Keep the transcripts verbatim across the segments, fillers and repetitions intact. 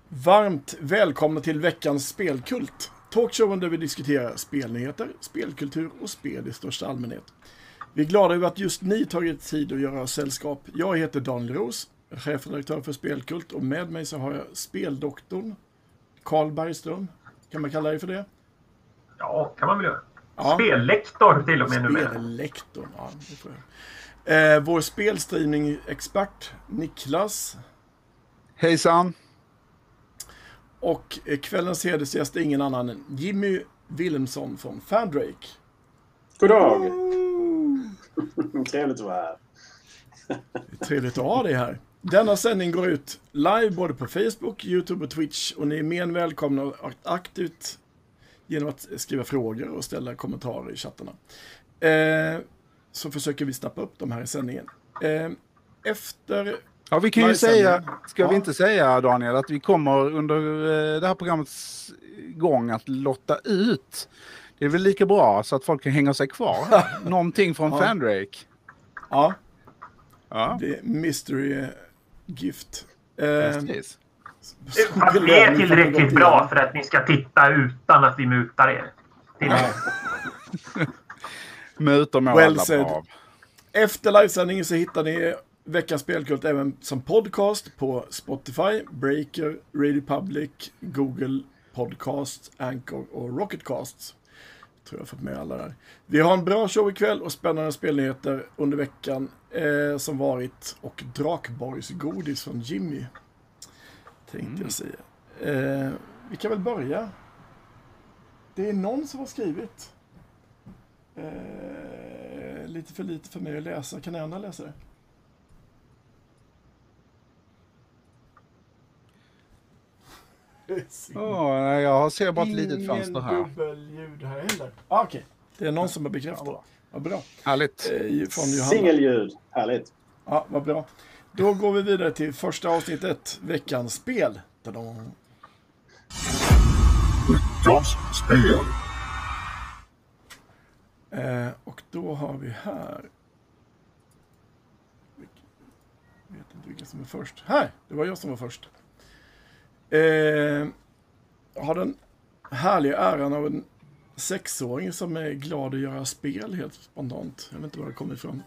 Varmt välkomna till veckans spelkult. Talkshowen där vi diskuterar spelnyheter, spelkultur och spel i största allmänhet. Vi är glada över att just ni tagit tid att göra sällskap. Jag heter Daniel Ros, chefredaktör för Spelkult, och med mig så har jag speldoktorn Carl Bergström. Kan man kalla dig för det? Ja, kan man väl göra. Ja. Spellektor till och med nu. Spellektorn, ja, det får jag. Eh, vår spelstreaming-expert Niklas. Hejsan. Och kvällens hedersgäst är ingen annan än Jimmy Wilhelmsson från Fandrake. God dag! Trevligt att vara här. Det är trevligt att ha dig här. Denna sändning går ut live både på Facebook, YouTube och Twitch. Och ni är mer än välkomna att aktivt genom att skriva frågor och ställa kommentarer i chattarna. Eh, så försöker vi snappa upp de här i sändningen. Eh, efter... Ja, vi kan ju säga, ska ja. vi inte säga, Daniel, att vi kommer under det här programmets gång att lotta ut. Det är väl lika bra så att folk kan hänga sig kvar. Någonting från ja. Fandrake. Ja. ja. Det är mystery gift. Eh, Precis. Fast det är tillräckligt bra för att ni ska titta utan att vi mutar er. Ja. Mutar med well alla said. bra. Efter livesändningen så hittar ni veckans spelkult även som podcast på Spotify, Breaker, Radio Public, Google Podcast, Anchor och Rocketcast. Jag tror jag har fått med alla där. Vi har en bra show ikväll och spännande spelnyheter under veckan eh, som varit, och Drakborgs godis från Jimmy, tänkte mm. jag säga. Eh, vi kan väl börja. Det är någon som har skrivit. Eh, lite för lite för mig att läsa. Kan ni andra läsa det? Oh, jag ser bara ett litet fönster här. Ingen dubbelljud här heller. Ah, okej. Okay. Det är någon som har bekräftat. Ja, vad bra. Härligt. Eh, Singelljud. Härligt. Ja, vad bra. Då går vi vidare till första avsnittet. Veckans spel. Ta-da. Veckans spel. Eh, och då har vi här... Jag vet inte vilka som är först. Här! Det var jag som var först. Eh, jag har den härliga äran av en sexåring som är glad att göra spel helt spontant. Jag vet inte var det kommer ifrån.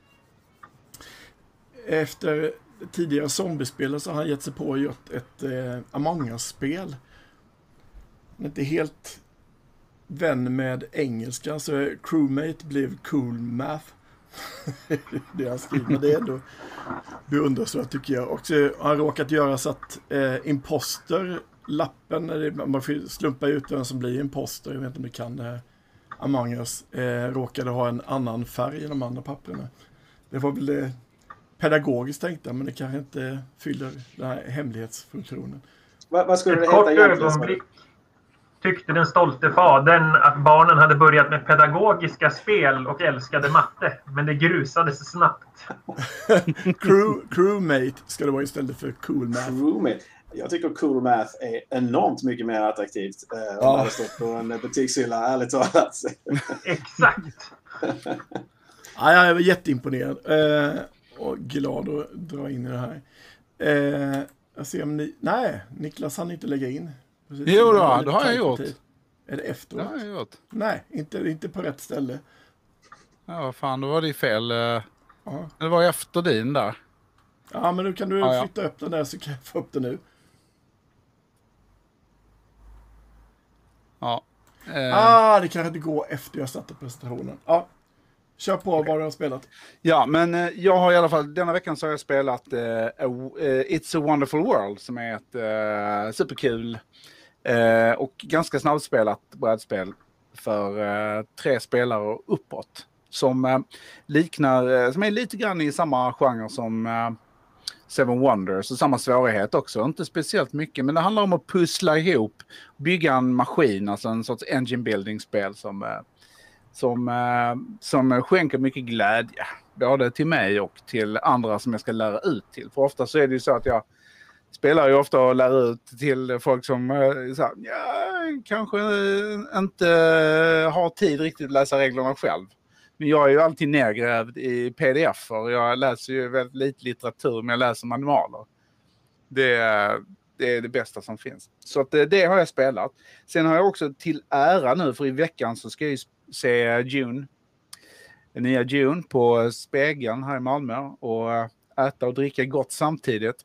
Efter tidigare zombiespel så har han gett sig på att göra ett eh, Among Us-spel. Han är inte helt vän med engelska, så crewmate blev cool math. Det han skriver, men det är ändå beundransvärt tycker jag. Och så har han råkat göra så att eh, imposter-lappen, man får slumpa ut vem som blir imposter, jag vet inte om det kan det här Among Us, eh, råkade ha en annan färg i de andra papperna. Det var väl det pedagogiskt tänkta, men det kanske inte fyller den här hemlighetsfunktionen. Va, vad skulle Ett det kort heta egentligen? ögonblick tyckte den stolte fadern att barnen hade börjat med pedagogiska spel och älskade matte, men det grusades snabbt. Crew, crewmate ska det vara istället för cool math. Crewmate. Jag tycker cool math är enormt mycket mer attraktivt eh, om Ja. det hade stått på en butikshylla, ärligt talat. Exakt. Ja, jag är jätteimponerad eh, och glad att dra in i det här. Eh, jag ser om ni... Nej, Niklas hann inte lägga in. Precis. Jo då, det har jag gjort. Tid. Är det efteråt? Det har jag gjort. Nej, inte, inte på rätt ställe. Ja, fan, då var det fel. Ja. Det var efter din där. Ja, men nu kan du Ja, ja. flytta upp den där så kan jag få upp den nu. Ja. Eh, Ah, det kanske inte går efter jag startar presentationen. Ja, kör på vad du har spelat. ja, men eh, jag har i alla fall, denna veckan så har jag spelat eh, a, eh, It's a Wonderful World, som är ett eh, superkul eh, och ganska snabbspelat brädspel för eh, tre spelare och uppåt. Som eh, liknar, eh, som är lite grann i samma genre som eh, Seven Wonders och samma svårighet också. Inte speciellt mycket, men det handlar om att pussla ihop, bygga en maskin, alltså en sorts engine building spel som, eh, som, eh, som skänker mycket glädje. Både till mig och till andra som jag ska lära ut till. För ofta så är det ju så att jag spelar ju ofta och lär ut till folk som eh, så här, ja, kanske inte har tid riktigt att läsa reglerna själv. Men jag är ju alltid nedgrävd i pdf-er. Jag läser ju väldigt lite litteratur, men jag läser manualer. Det, det är det bästa som finns. Så att det, det har jag spelat. Sen har jag också till ära nu, för i veckan så ska jag se Dune. Den nya Dune på Spegeln här i Malmö och äta och dricka gott samtidigt.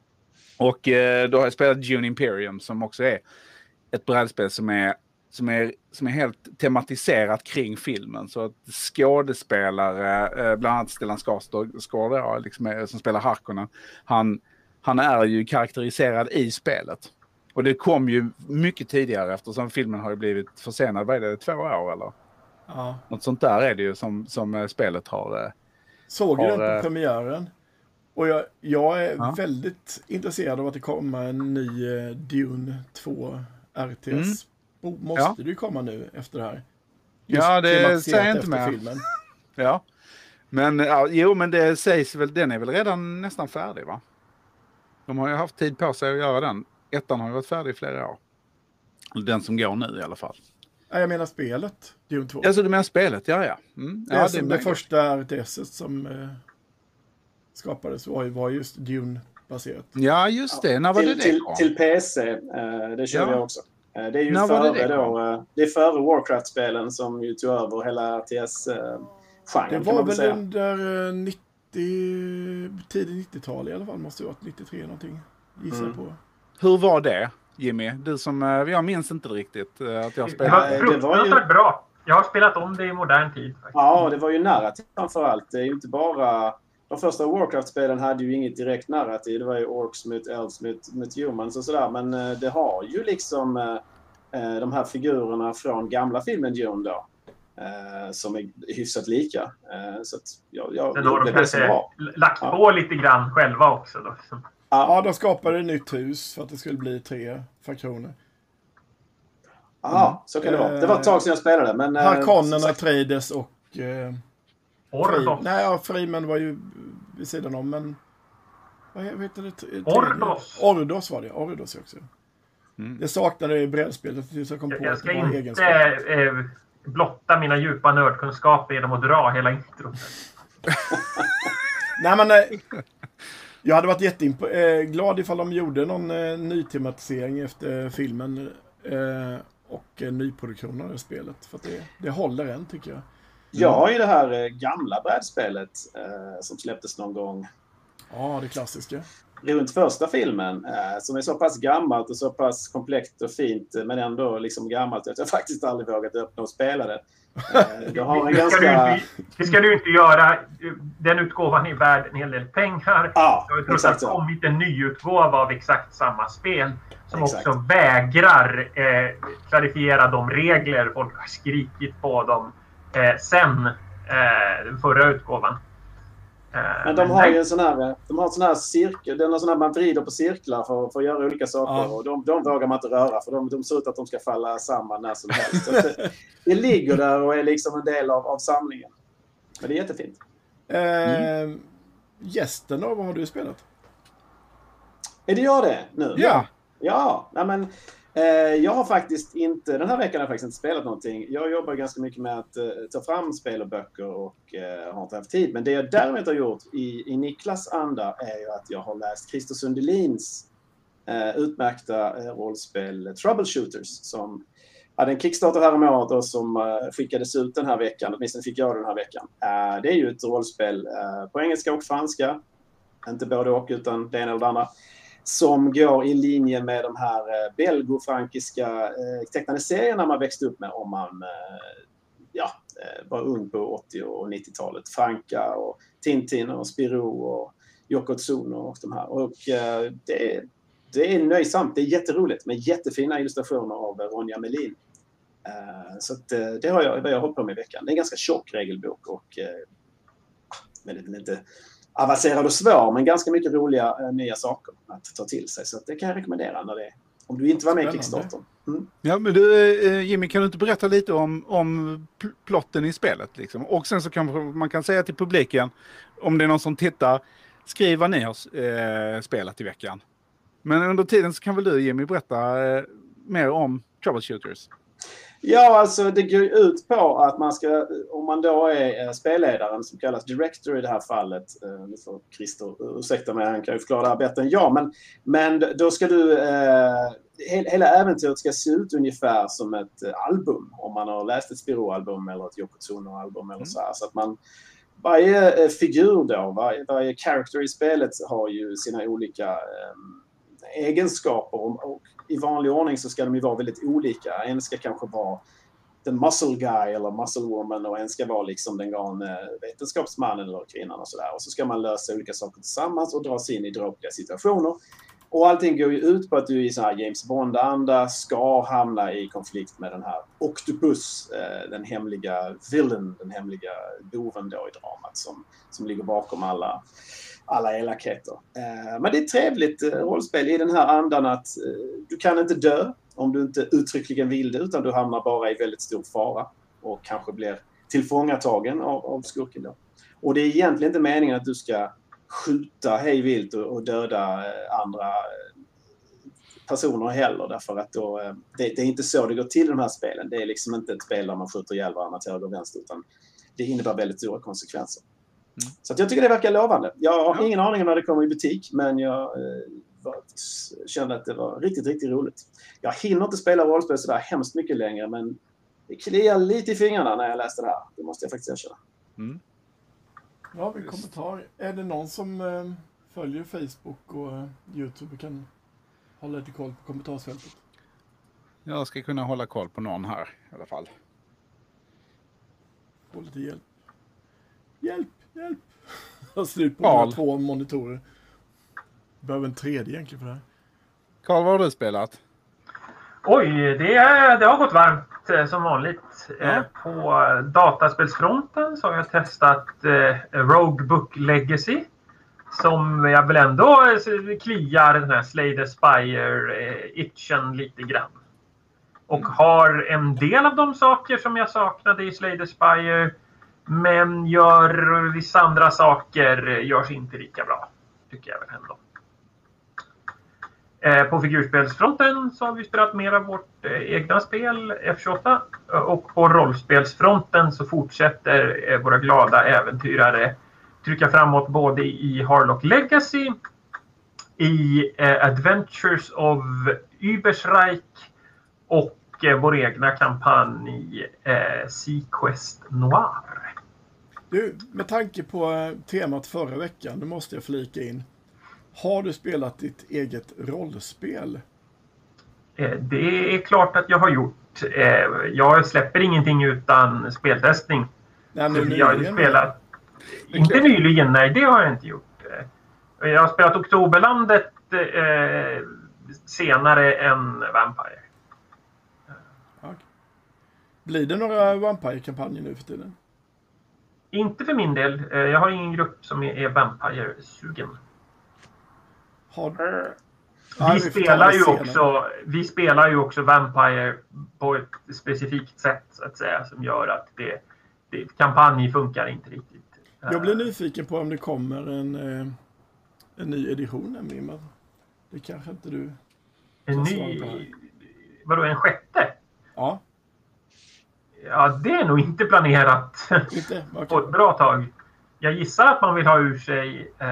Och eh, då har jag spelat Dune Imperium som också är ett brädspel som är, som är, som är helt tematiserat kring filmen. Så att skådespelare, eh, bland annat Stellan Skarsgård liksom, som spelar Harkonnen, han, han är ju karaktäriserad i spelet. Och det kom ju mycket tidigare eftersom filmen har ju blivit försenad. Vad är det, två år eller? Ja. Något sånt där är det ju som, som spelet har. Såg har, du den på premiären? Och jag, jag är ja. väldigt intresserad av att det kommer en ny eh, Dune två R T S. Mm. Måste ja. det ju komma nu efter det här? Just ja, det säger jag inte med. Filmen. ja. Men, ja, jo, men det sägs väl, den är väl redan nästan färdig, va? De har ju haft tid på sig att göra den. Ettan har ju varit färdig i flera år. Den som går nu i alla fall. Ja, jag menar spelet, Dune två. Alltså du menar spelet, ja ja. Mm. Det är ja, som det, det första R T S som eh, skapades var, var just Dune-baserat. Ja, just det. När var till, det det till, kom? till P C, eh, det kör Ja. jag också. Eh, det är ju När var före det det då, eh, det är före Warcraft-spelen som ju tog över hela R T S-genren. Det kan var man väl säga. under eh, nittio, tidigt nittiotal i alla fall, måste det ha varit nittiotre någonting, gissar jag Mm. på. Hur var det, Jimmy? Du som, eh, jag minns inte riktigt eh, att jag Det spelade. var det var ju- fruktansvärt bra. Jag har spelat om det i modern tid. Faktiskt. Ja, det var ju narrativ framförallt. Det är ju inte bara... De första Warcraft-spelen hade ju inget direkt narrativ. Det var ju orcs mot elves mot, mot humans och sådär. Men eh, det har ju liksom eh, de här figurerna från gamla filmen Dune då. Eh, som är hyfsat lika. Eh, så att jag, jag, Sen har jag de blev det så kanske bra. lagt Ja. på lite grann själva också. Då. Ja, de skapade ett nytt hus för att det skulle bli tre fraktioner. Ja, så kan det vara. Det var ett tag sedan jag spelade. Men, eh, som Harkonnen, sagt- Atreides och... Eh, Ordos. Fri, nej, ja, Freeman var ju vid sidan om, men... Vad heter det? Tredje? Ordos. Ordos var det, Ordos också. Mm. Det saknade i brädspelspelet tills jag kom på Jag att ska det var en inte egenskap. eh, blotta mina djupa nördkunskaper genom att dra hela introt. Nej, men... Eh, jag hade varit jätteglad ifall de gjorde någon eh, nytematisering efter filmen eh, och en nyproduktion av det spelet. För att det, det håller än, tycker jag. Jag har ju det här eh, gamla brädspelet eh, som släpptes någon gång Ja, det klassiska. runt första filmen, eh, som är så pass gammalt och så pass komplext och fint, men ändå liksom gammalt att jag faktiskt aldrig vågat öppna och spela det. Eh, det har en Det ska, du ganska... inte, det ska du inte göra. Den utgåvan är värd en hel del pengar. Ja, Det har trots exakt allt så. kommit en ny utgåva av exakt samma spel som Exakt. också vägrar eh, klarifiera de regler folk har skrikit på dem eh, sen eh, den förra utgåvan. Eh, Men de har nej. ju en sån här, de har en sån här cirkel, den har sån här man vrider på cirklar för, för att göra olika saker. Ja. Och de, de vågar man inte röra för de, de ser ut att de ska falla samman när som helst. Så att det, det ligger där och är liksom en del av, av samlingen. Men det är jättefint. Eh, mm. Gästen då, vad har du spelat? Är det jag det nu? Ja. Ja, nej men eh, jag har faktiskt inte, den här veckan har jag faktiskt inte spelat någonting. Jag jobbar ganska mycket med att eh, ta fram spel och böcker och eh, har inte haft tid. Men det jag däremot har gjort i, i Niklas anda är ju att jag har läst Christer Sundelins eh, utmärkta eh, rollspel Troubleshooters som hade en Kickstarter här om året och som eh, skickades ut den här veckan. Åtminstone fick jag den här veckan. Eh, det är ju ett rollspel eh, på engelska och franska. Inte både och utan det ena eller det andra. Som går i linje med de här eh, belgofrankiska eh, tecknade serierna man växte upp med om man eh, ja, eh, var ung på åttio- och nittiotalet. Franka och Tintin och Spirou och Yoko Tsuno och de här. Och eh, det, det är nöjsamt, det är jätteroligt med jättefina illustrationer av Ronja Melin. Eh, så att, eh, det har jag, vad jag har hållit på med i veckan. Det är en ganska tjock regelbok och eh, väldigt inte avancerad och svår, men ganska mycket roliga äh, nya saker att ta till sig. Så att det kan jag rekommendera när det, om du inte var med i Kickstarter. Mm. Ja, men du, eh, Jimmy, kan du inte berätta lite om, om pl- plotten i spelet? Liksom? Och sen så kan man kan säga till publiken, om det är någon som tittar, skriv vad ni har eh, spelat i veckan. Men under tiden så kan väl du, Jimmy, berätta eh, mer om Troubleshooters? Ja, alltså det går ut på att man ska, om man då är spelledaren som kallas director i det här fallet, nu får Christer ursäkta mig, han kan ju förklara det här bättre än jag, men, men då ska du, eh, hela äventyret ska se ut ungefär som ett album, om man har läst ett Spyro-album eller ett Yoko Tsuno-album eller så här, så att man, varje figur då, varje, varje character i spelet har ju sina olika eh, egenskaper och, och i vanlig ordning så ska de ju vara väldigt olika. En ska kanske vara den muscle guy eller muscle woman och en ska vara liksom den galne vetenskapsmannen eller kvinnan och sådär. Och så ska man lösa olika saker tillsammans och dra sig in i dråpliga situationer. Och allting går ju ut på att du i sån här James Bond-anda ska hamna i konflikt med den här Octopus, den hemliga villain, den hemliga boven då i dramat som, som ligger bakom alla alla elakheter. Eh, men det är ett trevligt eh, rollspel i den här andan att eh, du kan inte dö om du inte uttryckligen vill det, utan du hamnar bara i väldigt stor fara och kanske blir tillfångatagen av, av skurken då. Och det är egentligen inte meningen att du ska skjuta hej vilt och, och döda eh, andra eh, personer heller, därför att då, eh, det, det är inte så det går till i de här spelen. Det är liksom inte ett spel där man skjuter ihjäl varandra till höger och vänster, utan det innebär väldigt stora konsekvenser. Mm. Så att jag tycker det verkar lovande. Jag har ja. ingen aning om när det kommer i butik, men jag eh, var, kände att det var riktigt, riktigt roligt. Jag hinner inte spela rollspel sådär hemskt mycket längre, men det kliar lite i fingrarna när jag läste det här. Det måste jag faktiskt erkänna. Mm. Ja, vi kommentar. Är det någon som eh, följer Facebook och eh, YouTube kan hålla lite koll på kommentarsfältet? Jag ska kunna hålla koll på någon här i alla fall. Få lite hjälp. Hjälp, hjälp. Jag har slut på Carl. Två monitorer. Behöver en tredje egentligen för det här. Carl, vad har du spelat? Oj, det, är, det har gått varmt som vanligt. Ja. Eh, på dataspelsfronten så har jag testat eh, Rogue Book Legacy. Som jag väl ändå kliar den här Slay the Spire-itchen eh, lite grann. Och mm. har en del av de saker som jag saknade i Slay the Spire. Men gör vissa andra saker görs inte lika bra, tycker jag väl ändå. Eh, på figurspelsfronten så har vi spelat mer av vårt eh, egna spel, F tjugoåtta. Och på rollspelsfronten så fortsätter eh, våra glada äventyrare trycka framåt både i Harlock Legacy, i eh, Adventures of Übersreich och eh, vår egna kampanj eh, Sequest Noir. Du, med tanke på temat förra veckan, då måste jag flika in. Har du spelat ditt eget rollspel? Det är klart att jag har gjort. Jag släpper ingenting utan speltestning. Nej, men jag har spelat. Inte nyligen, nej, det har jag inte gjort. Jag har spelat Oktoberlandet eh, senare än Vampire. Okay. Blir det några Vampire-kampanjer nu för tiden? Inte för min del. Jag har ingen grupp som är Vampire-sugen. Har... Vi, vi, spelar ju också, vi spelar ju också Vampire på ett specifikt sätt så att säga, som gör att det, det, kampanj funkar inte riktigt. Jag blir nyfiken på om det kommer en, en ny edition nämligen, men det kanske inte du... En ny... Vadå, en sjätte? Ja. Ja, det är nog inte planerat inte? Okay. på ett bra tag. Jag gissar att man vill ha ur sig eh,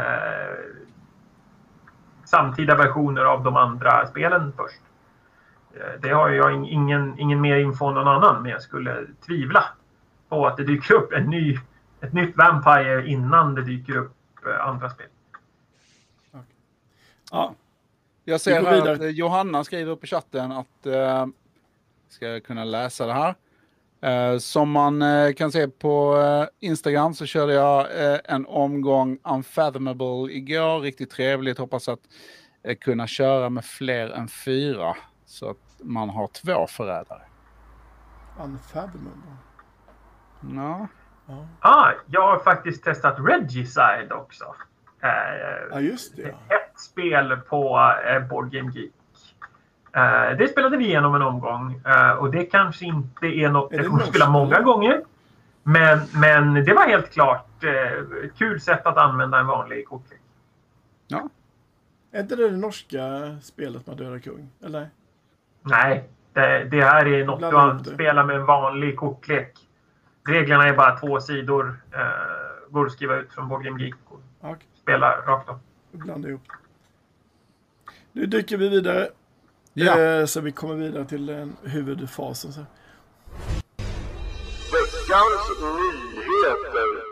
samtida versioner av de andra spelen först. Eh, det har jag ingen, ingen mer info än någon annan, men jag skulle tvivla på att det dyker upp en ny, ett nytt Vampire innan det dyker upp eh, andra spel. Okay. Ja. Jag ser här att Johanna skriver på chatten att eh, ska jag kunna läsa det här. Uh, som man uh, kan se på uh, Instagram så körde jag uh, en omgång Unfathomable igår. Riktigt trevligt. Hoppas att uh, kunna köra med fler än fyra. Så att man har två förrädare. Unfathomable? Ja. Ja. Ah, jag har faktiskt testat Regicide också. Uh, ja, just det. Ett spel på uh, Board Game Geek. Uh, det spelade vi igenom en omgång uh, och det kanske inte är något jag kommer spela många gånger. Men, men det var helt klart uh, ett kul sätt att använda en vanlig kortlek. Ja. Är inte det det norska spelet med Döda Kung? Eller? Nej, Det, det här är något Blanda du ihop det. anspelar med en vanlig kortlek. Reglerna är bara två sidor. Eh, går att skriva ut från Board Game Geek och Okej, spela rakt av. blanda ihop. Nu dyker vi vidare. Ja. Eh, så vi kommer vidare till den huvudfasen. Så. Veckans nyheter.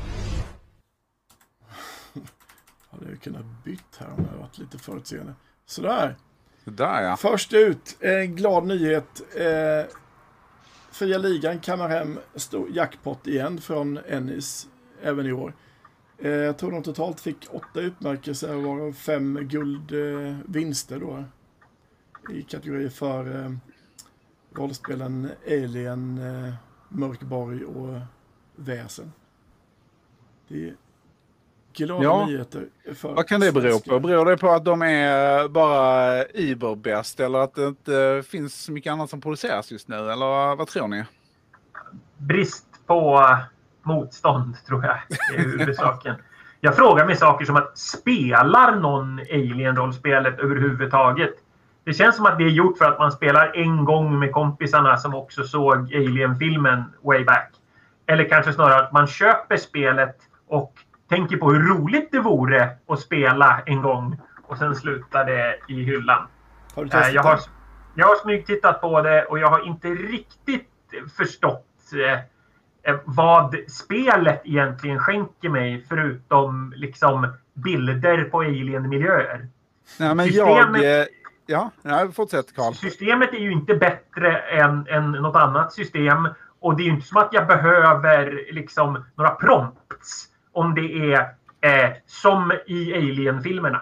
Hade jag kunnat bytt här om jag varit lite förutseende. Sådär. Där ja. Först ut, en glad nyhet. Eh, Fria ligan kammar hem stor jackpot igen från Ennis även i år. Eh, jag tror de totalt fick åtta utmärkelser, varav fem guldvinster eh, då. I kategorier för eh, rollspelen Alien, eh, Mörkborg och Väsen. Det är glada Ja. nyheter. För Vad kan det bero svenska. på? Beror det på att de är bara überbäst eller att det inte finns så mycket annat som produceras just nu? Eller vad tror ni? Brist på motstånd, tror jag, är huvudsaken. Jag frågar mig saker som att spelar någon Alien-rollspelet överhuvudtaget? Det känns som att det är gjort för att man spelar en gång med kompisarna som också såg Alien-filmen way back. Eller kanske snarare att man köper spelet och tänker på hur roligt det vore att spela en gång och sen slutar det i hyllan. Har du Eh, testat Jag har, det? jag har smygtittat på det och jag har inte riktigt förstått eh, vad spelet egentligen skänker mig förutom liksom bilder på alien-miljöer. Nej, men Systemet- jag... eh, Ja, ja fortsätt Carl. Systemet är ju inte bättre än, än något annat system och det är ju inte som att jag behöver liksom några prompts om det är eh, som i Alien-filmerna.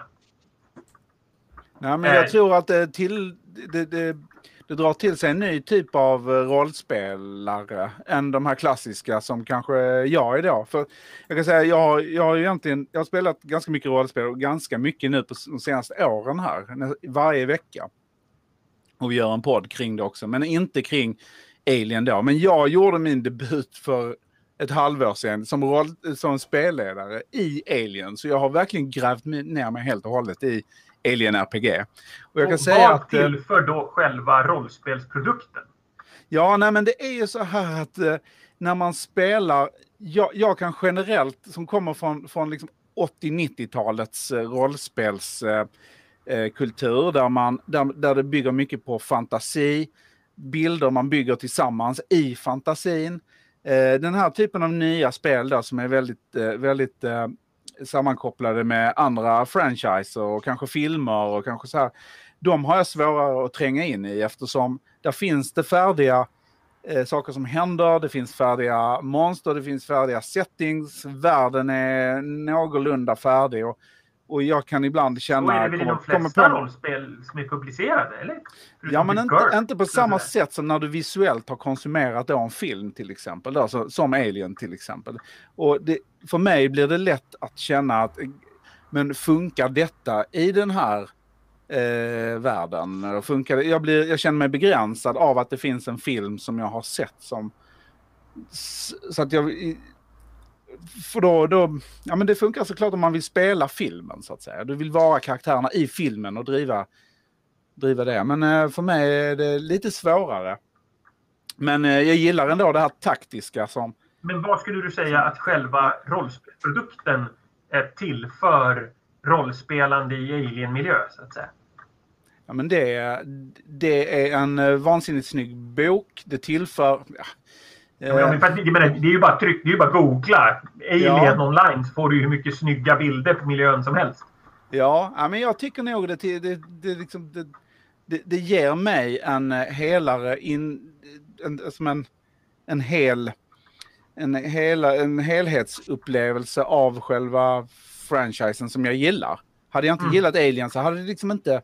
Nej, men jag Eh. tror att det, till, det, det, det drar till sig en ny typ av rollspelare än de här klassiska som kanske jag är då. För jag kan säga, jag har, jag har egentligen jag har spelat ganska mycket rollspel och ganska mycket nu på de senaste åren här, nä- varje vecka. Och vi gör en podd kring det också, men inte kring Alien då. Men jag gjorde min debut för ett halvår sedan som, roll, som spelledare i Alien. Så jag har verkligen grävt mig- ner mig helt och hållet i Alien R P G. Och jag kan Och säga vad att... eh, tillför då själva rollspelsprodukten? Ja, nej men det är ju så här att eh, när man spelar, jag, jag kan generellt, som kommer från, från liksom åttio-nittiotalets eh, rollspelskultur, eh, eh, kultur, där, man, där, där det bygger mycket på fantasi, bilder man bygger tillsammans i fantasin. Eh, den här typen av nya spel då, som är väldigt, eh, väldigt eh, sammankopplade med andra franchiser och kanske filmer och kanske så här, de har jag svårare att tränga in i eftersom där finns det färdiga eh, saker som händer, det finns färdiga monster, det finns färdiga settings, världen är någorlunda färdig och, och jag kan ibland Så känna... är det väl i de komma- komma flesta på- rollspel som är publicerade, eller? Förutom Ja, men Big inte, Girl. inte på samma sätt som när du visuellt har konsumerat då en film till exempel, då, så, som Alien till exempel. Och det, för mig blir det lätt att känna att, men funkar detta i den här eh, världen? Och funkar det, jag, blir, jag känner mig begränsad av att det finns en film som jag har sett som... s- Så att jag... i- För då, då, ja men det funkar såklart om man vill spela filmen så att säga. Du vill vara karaktärerna i filmen och driva driva det. Men eh, för mig är det lite svårare. Men eh, jag gillar ändå det här taktiska som... Men vad skulle du säga att själva rollspelsprodukten är till för rollspelande i alien-miljö, så att säga? Ja, men det, är- det är en eh, vansinnigt snygg bok. Det tillför... Ja, Ja, men, eh, för att, jag menar, det är ju bara tryck, det är ju bara googla Alien Ja. online så får du ju hur mycket snygga bilder på miljön som helst. ja, ja, men jag tycker nog det, till- det, det, liksom, det, det, det ger mig en eh, helare... In, en, som en, en hel... En, hela, en helhetsupplevelse av själva franchisen som jag gillar. Hade jag inte Mm. gillat Alien så hade det liksom inte...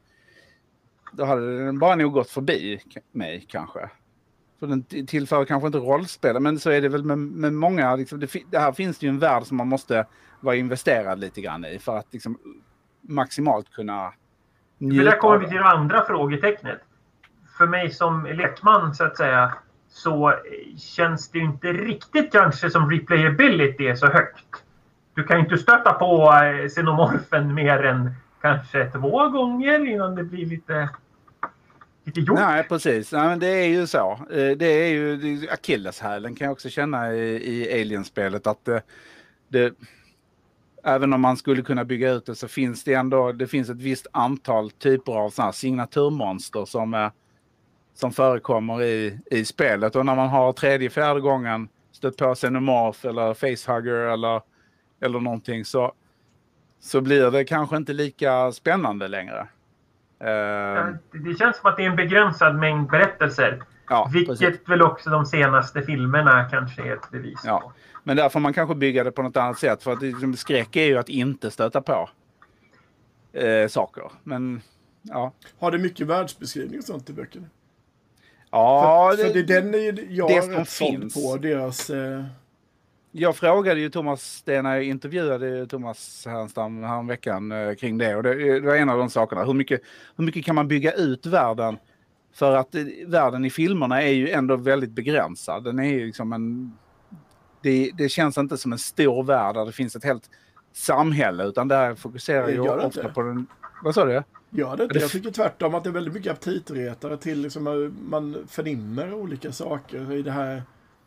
Då hade den bara nog gått förbi k- mig kanske. För den t- tillför kanske inte rollspel, men så är det väl med, med många... Liksom, det, fi- det här finns det ju en värld som man måste vara investerad lite grann i för att liksom, maximalt kunna För njuta där kommer av vi det. till det andra frågetecknet. För mig som lekman så att säga så känns det ju inte riktigt kanske som replayability är så högt. Du kan ju inte stöta på eh, xenomorfen mer än kanske två gånger innan det blir lite inte gjort. Nej, precis. Nej, men det är ju så. Det är ju akilleshälen kan jag också känna i, i Alien-spelet. Att det, det, även om man skulle kunna bygga ut det så finns det ändå det finns ett visst antal typer av såna här signaturmonster som, är, som förekommer i, i spelet. Och när man har tredje, fjärde gången stött på Xenomorph eller Facehugger eller, eller någonting så, så blir det kanske inte lika spännande längre. Uh, det känns som att det är en begränsad mängd berättelser. Ja, vilket precis. Väl också de senaste filmerna kanske är ett bevis på. Ja. Men där får man kanske bygga det på något annat sätt. För att det, skräck är ju att inte stöta på uh, saker. Men, ja. Har det mycket världsbeskrivning och sånt i böckerna? Ja, för, det, för det är den är jag det är rätt såld på. Deras... Uh... Jag frågade ju Thomas, det när jag intervjuade Thomas Härenstam häromveckan eh, kring det. Och det, det var en av de sakerna. Hur mycket, hur mycket kan man bygga ut världen? För att eh, världen i filmerna är ju ändå väldigt begränsad. Den är ju liksom en... Det, det känns inte som en stor värld där det finns ett helt samhälle. Utan där fokuserar ju ofta inte. På den... Vad sa du? Ja, det, det, jag tycker tvärtom att det är väldigt mycket aptitretare till liksom, man förnimmer olika saker i det här...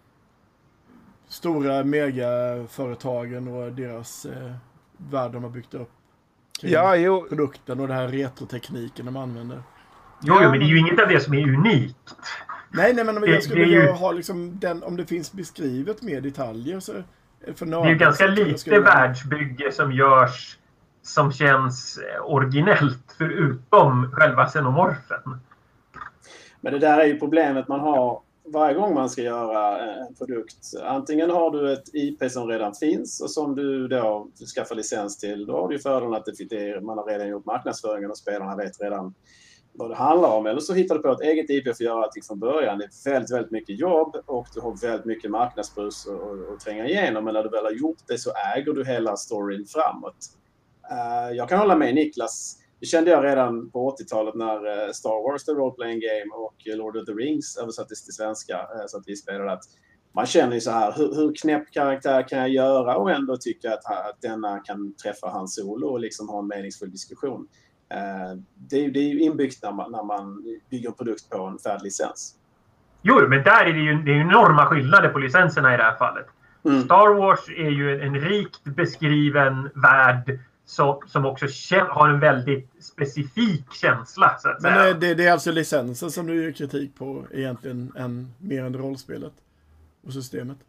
Stora megaföretagen och deras eh, värld de har byggt upp kring ja, jo. produkten och den här retrotekniken de använder. Jo, jo, men det är ju inget av det som är unikt. Nej, nej, men jag skulle vilja ju... ha liksom den, om det finns beskrivet med detaljer så för det är ju ganska lite skulle... världsbygge som görs som känns originellt förutom själva xenomorfen. Men det där är ju problemet man har varje gång man ska göra en produkt. Antingen har du ett I P som redan finns och som du då skaffar licens till. Då har du ju fördelen att det, man har redan gjort marknadsföringen och spelarna vet redan vad det handlar om. Eller så hittar du på ett eget I P för att göra allting från början. Det är väldigt, väldigt mycket jobb och du har väldigt mycket marknadsbus att tränga igenom. Men när du väl har gjort det så äger du hela storyn framåt. Uh, jag kan hålla med Niklas. Det kände jag redan på åttiotalet när Star Wars, The Role Playing Game och Lord of the Rings översattes till svenska så att vi spelade att man känner ju så här, hur, hur knäpp karaktär kan jag göra och ändå tycka att, att denna kan träffa Han Solo och liksom ha en meningsfull diskussion. Det är, det är ju inbyggt när man, när man bygger en produkt på en färdig licens. Jo, men där är det ju, det är ju enorma skillnader på licenserna i det här fallet. Mm. Star Wars är ju en rikt beskriven värld Så, som också har en väldigt specifik känsla. Så att Men säga. Det, det är alltså licensen som du gör kritik på egentligen än, mer än rollspelet och systemet?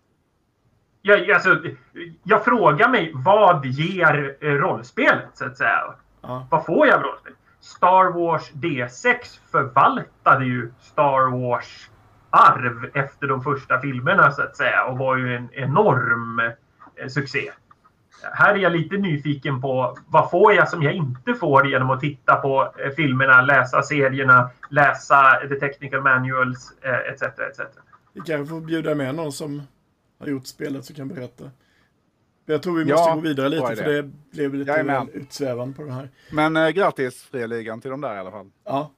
Jag, alltså, jag frågar mig, vad ger rollspelet så att säga? Ja. Vad får jag av rollspel? Star Wars D sex förvaltade ju Star Wars arv efter de första filmerna så att säga och var ju en enorm eh, succé. Här är jag lite nyfiken på vad får jag som jag inte får genom att titta på eh, filmerna, läsa serierna, läsa the technical manuals, eh, et cetera et cetera. Vi kan få bjuda med någon som har gjort spelet så kan berätta. Jag tror vi måste ja, gå vidare lite för det blev lite utsvävande på det här. Men eh, grattis Fria Ligan till de där i alla fall. Ja.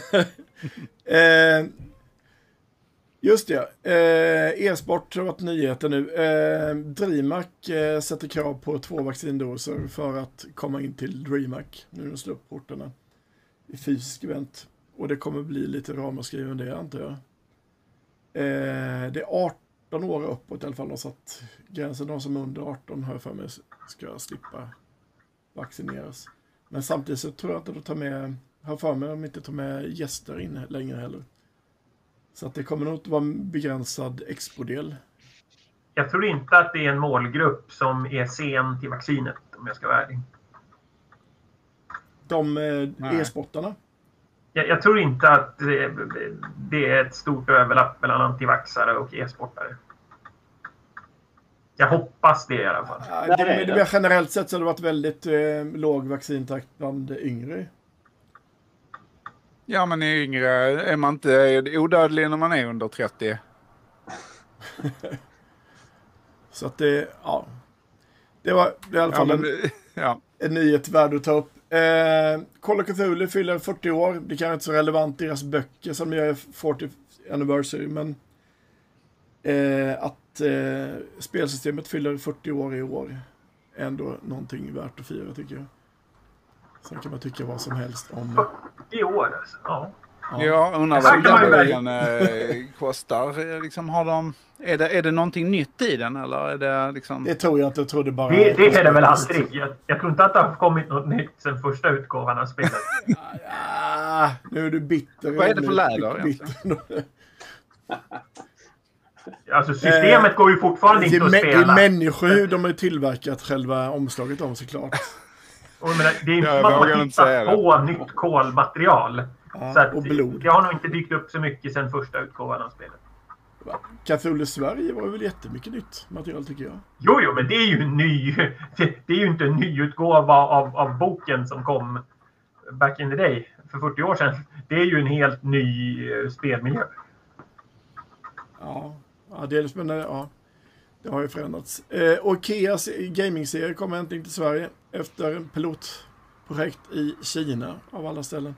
eh, Just det. Eh, e-sport har varit nyheter nu. Eh, DreamHack eh, sätter krav på två vaccindoser för att komma in till DreamHack. Nu när de slår upp portarna i fysisk event. Och det kommer bli lite ramaskri om det, antar jag. Eh, det är arton år uppåt i alla fall. Så att gränsen de som är under arton har jag för mig ska slippa vaccineras. Men samtidigt så tror jag att de tar med, har för mig de inte tar med gäster in längre heller. Så att det kommer nog inte vara en begränsad expo-del. Jag tror inte att det är en målgrupp som är sen till vaccinet, om jag ska vara ärlig. De eh, e-sportarna? Jag, jag tror inte att det, det är ett stort överlapp mellan antivaxare och e-sportare. Jag hoppas det i alla fall. Ja, det, det, det, generellt sett så har det varit väldigt eh, låg vaccintakt bland yngre. Ja, men är yngre är man inte odödlig när man är under trettio. Så att det, ja. Det var det i alla fall ja, men, en, ja. en nyhet värd att ta upp. Eh, Call of Cthulhu fyller fyrtio år. Det kan inte så relevant i deras böcker som gör fyrtio anniversary. Men eh, att eh, spelsystemet fyller fyrtio år i år är ändå någonting värt att fira, tycker jag. Sen kan man tycka vad som helst om... fyrtio år alltså, ja. Ja, jag undrar Exakt, vad det var ju den eh, kostar. Liksom, har de, är, det, är det någonting nytt i den? Eller är det, liksom... Det tror jag inte. Jag tror det bara... Det, det är det väl aldrig. Jag, jag tror inte att det har kommit något nytt sen första utgåvan av spelet. Ah, nu är du bitter. Vad är det för läder? Bitter. Alltså systemet eh, går ju fortfarande inte att spela. I människor de har ju tillverkat själva omslaget om såklart. Och jag menar, det är inte som att man hittar på nytt kolmaterial. Ja, så att och blod. Det har nog inte dykt upp så mycket sen första utgåvan av spelet. Cthulhu Sverige var väl jättemycket nytt material tycker jag. Jo, jo, men det är ju en ny... Det är ju inte en ny utgåva av, av boken som kom back in the day för fyrtio år sedan. Det är ju en helt ny spelmiljö. Ja, ja det är spännande. Ja, det har ju förändrats. Eh, och Ikeas gaming-serie kommer äntligen till Sverige efter en pilotprojekt i Kina av alla ställen.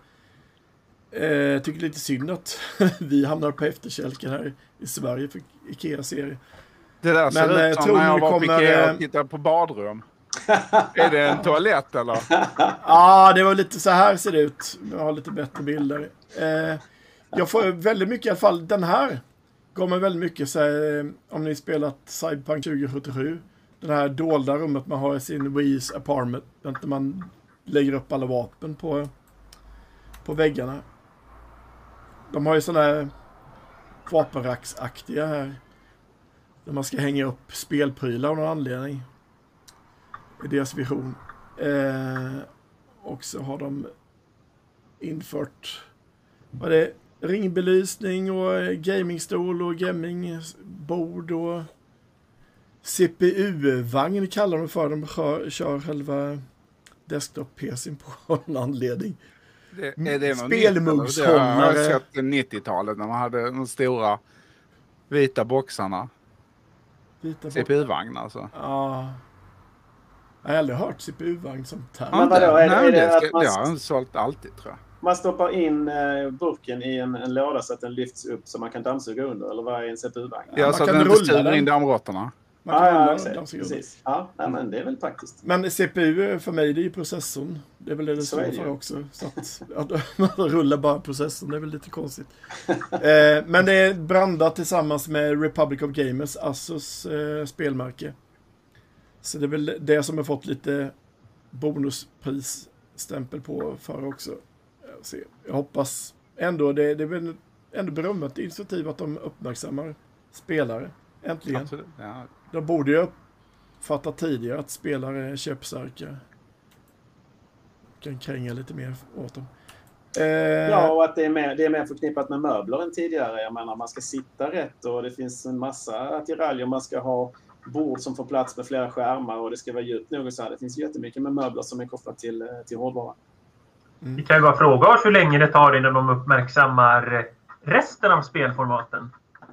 Eh, tycker lite synd att vi hamnar på efterkälken här i Sverige för Ikea-serie. Det där ser Men, ut som när jag var på Ikea och tittade på badrum. Är det en toalett eller? Ja, ah, det var lite så här ser det ut. Jag har lite bättre bilder. Eh, jag får väldigt mycket i alla fall. Den här gav mig väldigt mycket så här, om ni spelat Cyberpunk tjugo sjuttiosju. Det här dolda rummet man har i sin Wii's apartment. Där man lägger upp alla vapen på, på väggarna. De har ju sådana här vapenracksaktiga här. Där man ska hänga upp spelprylar av någon anledning. I deras vision. Eh, och så har de infört vad det är, ringbelysning och gamingstol och gamingbord och C P U-vagn kallar de för. De kör, kör själva desktop-P C:n på någon anledning. Det, är det någon spelmugshållare. Jag har sett nittiotalet när man hade de stora vita boxarna. Vita C P U-vagn alltså. Ja. Jag har aldrig hört C P U-vagn som term. Men vadå, är, Nej, är det, det, att man, det har jag sålt alltid tror jag. Man stoppar in eh, burken i en, en låda så att den lyfts upp så man kan dammsuga under? Eller vad är en C P U-vagn? Ja, så att den inte styr in dammråttorna. Man kan ah, rulla ja, precis. Ja, nej, men det är väl praktiskt. Men C P U för mig det är ju processorn. Det är väl det det står för också. Så att, att man rullar bara processorn, det är väl lite konstigt. eh, men det är brandat tillsammans med Republic of Gamers, Asus eh, spelmärke. Så det är väl det som har fått lite bonusprisstämpel på för också. Jag, jag hoppas ändå, det, det är väl ändå berömmet initiativ att de uppmärksammar spelare. Äntligen. Absolut. Ja. De borde ju fatta tidigare att spelare är köpstarka. Kan kränga lite mer åt dem. Eh, ja, och att det är, mer, det är mer förknippat med möbler än tidigare. Jag menar, man ska sitta rätt och det finns en massa attiraljer. Man ska ha bord som får plats med flera skärmar och det ska vara djupt nog och så här. Det finns jättemycket med möbler som är kopplat till, till hårdvara. Mm. Vi kan ju bara fråga oss hur länge det tar innan de uppmärksammar resten av spelformaten.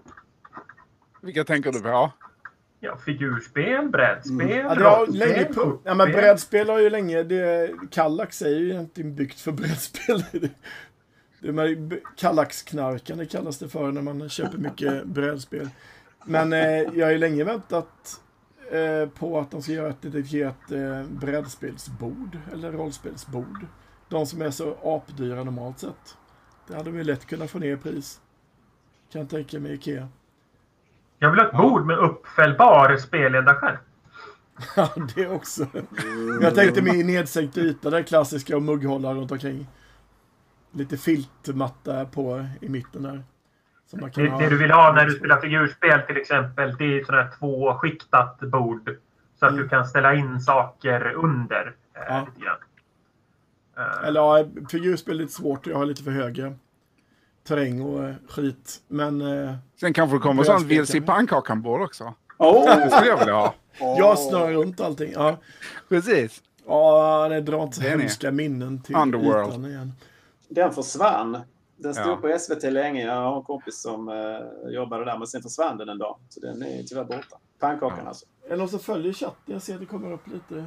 Vilka tänker du på? Ja, figurspel, brädspel, mm. ja, det har länge på. Ja, men brädspel har ju länge, det, Kallax är ju egentligen byggt för brädspel. Det, det med Kallax-knarkan, det kallas det för när man köper mycket brädspel. Men eh, jag har ju länge väntat eh, på att de ska göra ett dedikerat eh, brädspelsbord, eller rollspelsbord. De som är så apdyra normalt sett. Det hade vi lätt kunnat få ner pris. Kan jag tänka mig Ikea. Jag vill ha ett bord med uppfällbar spelledarskärm. Ja, det också. Jag tänkte med nedsänkt yta, där klassiska och mugghållare runt omkring. Lite filtmatta på i mitten där. Som man kan det, ha. det du vill ha när du spelar figurspel till exempel, det är sådär tvåskiktat bord. Så att mm. du kan ställa in saker under. Ja. Eh, lite grann. Uh. Eller ja, figurspel är lite svårt. Jag har lite för höga terräng och uh, skit. Men... Uh, Sen kanske det kommer sån vilse i pannkakan-bord också. Oh. Det skulle jag vilja ha. Oh. Jag snurrar runt allting. Ja. Precis. Ja, det drar inte hemska minnen till Underworld. Ytan igen. Den försvann. Den stod Ja. på S V T länge. Jag har en kompis som uh, jobbade där, men sen försvann den en dag. Så den är tyvärr borta. Pannkakan ja. Alltså. Är det någon som följer chatten? Jag ser att det kommer upp lite...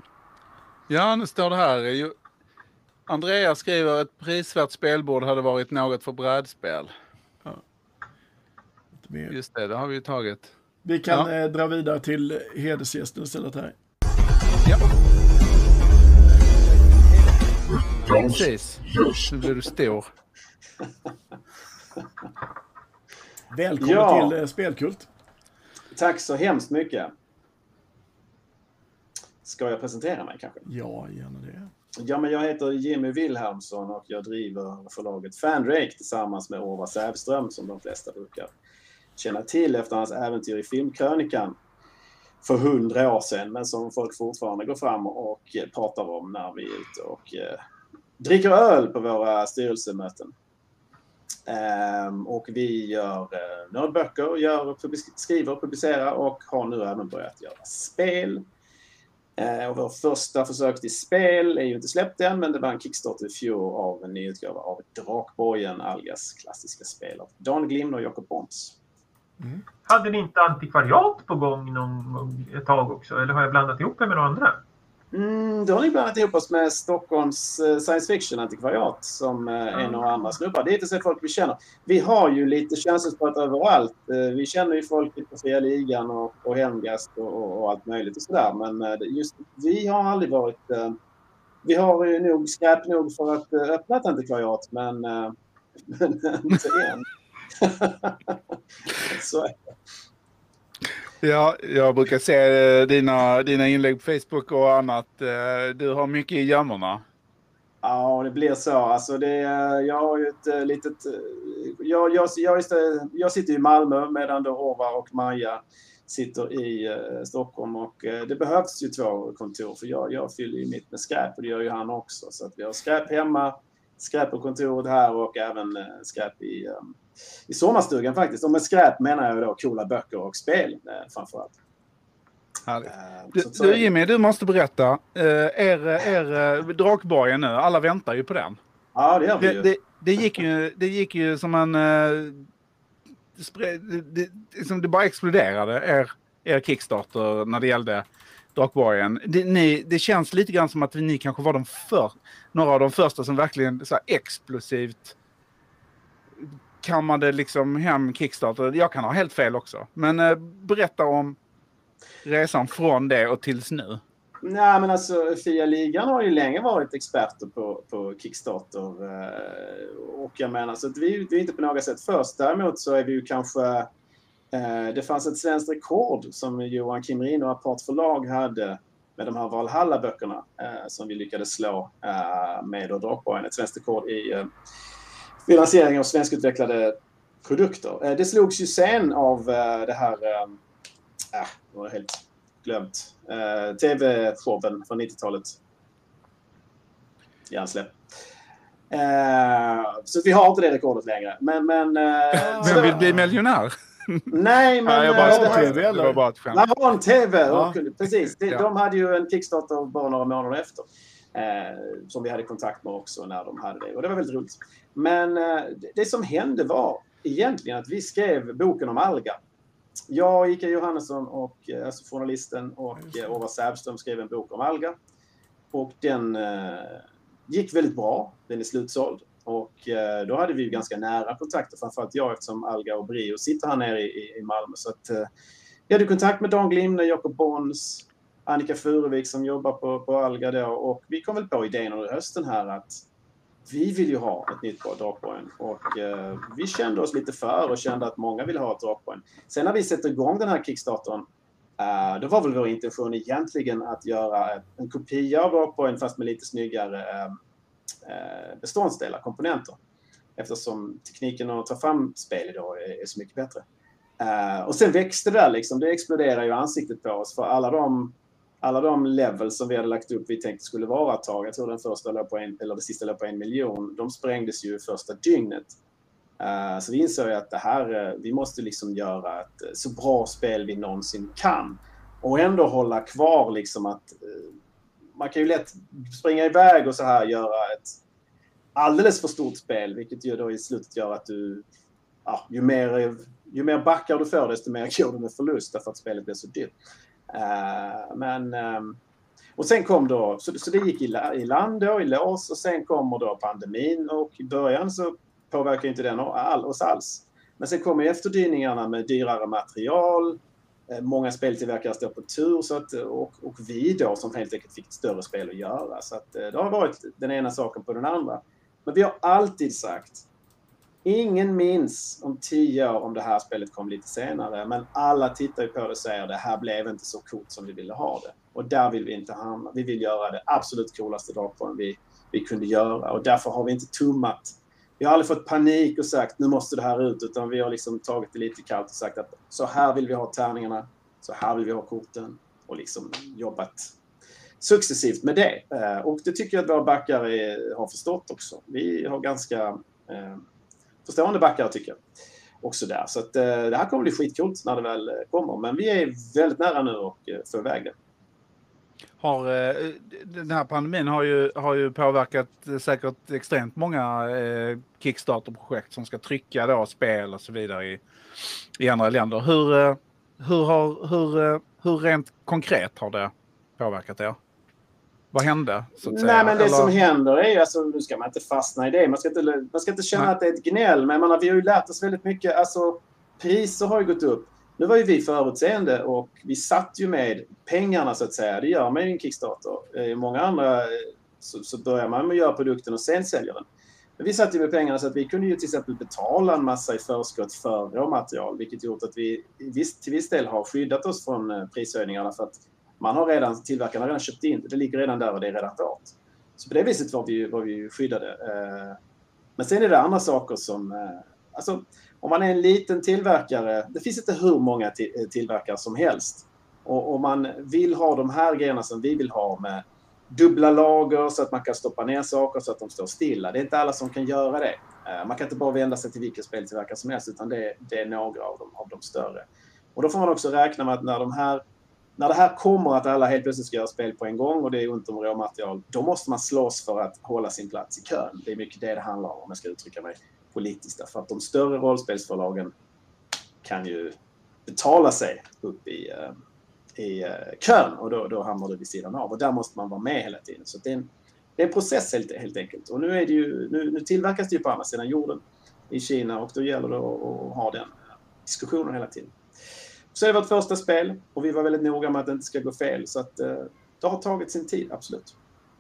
Ja, nu står det här. Andrea skriver att ett prisvärt spelbord hade varit något för brädspel. Ja. Mer. Just det, det har vi ju tagit. Vi kan ja. eh, dra vidare till hedersgästen istället här. Ja. Precis. Nu blir du stor. Välkommen Ja. till eh, Spelkult. Tack så hemskt mycket. Ska jag presentera mig kanske? Ja, gärna det. Ja, men jag heter Jimmy Wilhelmsson och jag driver förlaget Fandrake tillsammans med Orvar Sävström som de flesta brukar känna till efter hans äventyr i Filmkrönikan för hundra år sedan, men som folk fortfarande går fram och pratar om när vi är ute och eh, dricker öl på våra styrelsemöten. Um, och vi gör uh, nördböcker, gör, public- skriver och publicerar och har nu även börjat göra spel. Uh, och vår första försök till spel är ju inte släppt än, men det var en Kickstarter i fjol av en ny utgåva av Drakborgen, Algas klassiska spel av Dan Glimn och Jakob Bonds. Mm. Hade ni inte antikvariat på gång någon gång ett tag också? Eller har jag blandat ihop det med några andra? Mm, då har ni blandat ihop oss med Stockholms uh, science fiction-antikvariat som uh, är några andra snubbar. Det är inte så folk vi känner. Vi har ju lite känselspröt överallt. Uh, vi känner ju folk på Fria Ligan och, och Hemgast och, och, och allt möjligt och sådär. Men uh, just vi har aldrig varit... Uh, vi har ju nog skräp nog för att uh, öppna ett antikvariat, men, uh, men inte än. Så är det. Ja, jag brukar se dina, dina inlägg på Facebook och annat. Du har mycket i gömmorna. Ja, det blir så. Alltså det, jag har ju ett litet... Jag, jag, jag, jag sitter i Malmö medan då Orvar och Maja sitter i uh, Stockholm. Och uh, det behövs ju två kontor för jag, jag fyller ju mitt med skräp och det gör ju han också. Så att vi har skräp hemma, skräp på kontoret här och även uh, skräp i... Um, I sommarstugan faktiskt. Och med skräp menar jag då coola böcker och spel eh, framförallt. Härligt. Eh, Du, så, du Jimmy, du måste berätta. Eh, er er Drakborgen nu, alla väntar ju på den. Ja, det gör vi Det, ju. det, det, gick, ju, det gick ju som en... Eh, spre, det, det, liksom det bara exploderade, er, er Kickstarter när det gällde Drakborgen. Det, ni, det känns lite grann som att ni kanske var de för, några av de första som verkligen så här explosivt kammade liksom hem Kickstarter. Jag kan ha helt fel också. Men eh, berätta om resan från det och tills nu. Nej, men alltså Fria Ligan har ju länge varit experter på, på Kickstarter. Eh, och jag menar så att vi, vi är inte på något sätt först. Däremot så är vi ju kanske... Eh, det fanns ett svenskt rekord som Johan Kimrin och Apart förlag hade med de här Valhalla-böckerna eh, som vi lyckades slå eh, med och Drakborgen. Ett svenskt rekord i... Eh, finansiering av svenskutvecklade produkter. Det slogs ju sen av det här, äh, det var helt glömt, T V-showen från nittiotalet. Hjärnsläpp. Så vi har inte det rekordet längre. Men, men, Vem vill bli miljonär? Nej, men... Ja, jag bara det, T V, eller? Det var bara ett skämt. Laron T V, Ja. och, precis. De, Ja. de hade ju en Kickstarter bara några månader efter. Eh, som vi hade kontakt med också när de hade det. Och det var väldigt roligt. Men eh, det, det som hände var egentligen att vi skrev boken om Alga. Jag, Ika Johannesson, och, eh, alltså journalisten, och eh, Orvar Sävström skrev en bok om Alga. Och den eh, gick väldigt bra. Den är slutsåld. Och eh, då hade vi ju ganska nära kontakter. Framförallt jag, eftersom Alga och Brio sitter här nere i, i Malmö. Så att eh, vi hade kontakt med Dan Glimne, Jakob Bonds, Annika Furuvik som jobbar på, på Alga då, och vi kom väl på idén under hösten här att vi vill ju ha ett nytt Drakborgen och eh, vi kände oss lite för och kände att många vill ha ett Drakborgen. Sen när vi sätter igång den här Kickstartern eh, då var väl vår intention egentligen att göra ett, en kopia av Drakborgen fast med lite snyggare eh, beståndsdelar, komponenter. Eftersom tekniken att ta fram spel idag är, är så mycket bättre. Eh, och sen växte det där liksom, det exploderar ju ansiktet på oss för alla de Alla de levels som vi hade lagt upp vi tänkte skulle vara ett tag, jag tror den första låg på en, eller det sista låg på en miljon, de sprängdes ju första dygnet. Uh, så vi insåg att det här, uh, vi måste liksom göra ett uh, så bra spel vi någonsin kan. Och ändå hålla kvar liksom att uh, man kan ju lätt springa iväg och så här göra ett alldeles för stort spel, vilket ju då i slutet gör att du, ja, ju mer, ju mer backar du får desto mer går du med förlust därför att spelet blir så dyrt. Uh, men um, och sen kom då så, så det gick i, i land då, i lås, och sen kommer då pandemin och i början så påverkar inte den all, oss alls. Men sen kommer efterdyningarna med dyrare material, uh, många speltillverkare står på tur så att, och, och vi då som helt enkelt fick ett större spel att göra, så att uh, det har varit den ena saken på den andra. Men vi har alltid sagt ingen minns om tio år om det här spelet kom lite senare. Men alla tittar ju på det och säger att det här blev inte så coolt som vi ville ha det. Och där vill vi inte hamna. Vi vill göra det absolut coolaste Darkborn vi, vi kunde göra. Och därför har vi inte tummat. Vi har aldrig fått panik och sagt nu måste det här ut. Utan vi har liksom tagit det lite kallt och sagt att så här vill vi ha tärningarna. Så här vill vi ha korten. Och liksom jobbat successivt med det. Och det tycker jag att våra backar har förstått också. Vi har ganska eh, förstående backar tycker jag. Också där. Så att, eh, det här kommer bli skitcoolt när det väl kommer. Men vi är väldigt nära nu och eh, får iväg det. Har, eh, den här pandemin har ju, har ju påverkat eh, säkert extremt många eh, Kickstarter-projekt som ska trycka då spel och så vidare i, i andra länder. Hur, eh, hur, har, hur, eh, hur rent konkret har det påverkat er? Vad hände? Så att säga? Nej, men det Eller... som händer är ju, alltså, nu ska man inte fastna i det. Man ska inte, man ska inte känna Nej. att det är ett gnäll. Men man har, vi har ju lärt oss väldigt mycket. Alltså, priser har ju gått upp. Nu var ju vi förutseende och vi satt ju med pengarna så att säga. Det gör man i en Kickstarter. I många andra så, så börjar man med att göra produkten och sen säljer den. Men vi satt ju med pengarna så att vi kunde ju till exempel betala en massa i förskott för råmaterial. Vilket gjort att vi viss, till viss del har skyddat oss från prishöjningarna för att man har redan, tillverkarna har redan köpt in. Det ligger redan där och det är redan vårt. Så på det viset var vi, var vi skyddade. Men sen är det andra saker som... Alltså, om man är en liten tillverkare... Det finns inte hur många tillverkare som helst. Och om man vill ha de här grejerna som vi vill ha med dubbla lager så att man kan stoppa ner saker så att de står stilla. Det är inte alla som kan göra det. Man kan inte bara vända sig till vilken speltillverkare som helst utan det, det är några av de, av de större. Och då får man också räkna med att när de här... När det här kommer att alla helt plötsligt ska göra spel på en gång och det är ont om råmaterial, då måste man slåss för att hålla sin plats i kön. Det är mycket det det handlar om, om jag ska uttrycka mig politiskt. För att de större rollspelsförlagen kan ju betala sig upp i, i kön och då, då hamnar det vid sidan av. Och där måste man vara med hela tiden. Så det är en, det är en process helt, helt enkelt. Och nu, är det ju, nu, nu tillverkas det ju på andra sidan jorden i Kina och då gäller det att, att ha den diskussionen hela tiden. Så det var ett första spel och vi var väldigt noga med att det inte ska gå fel. Så att, eh, det har tagit sin tid, absolut.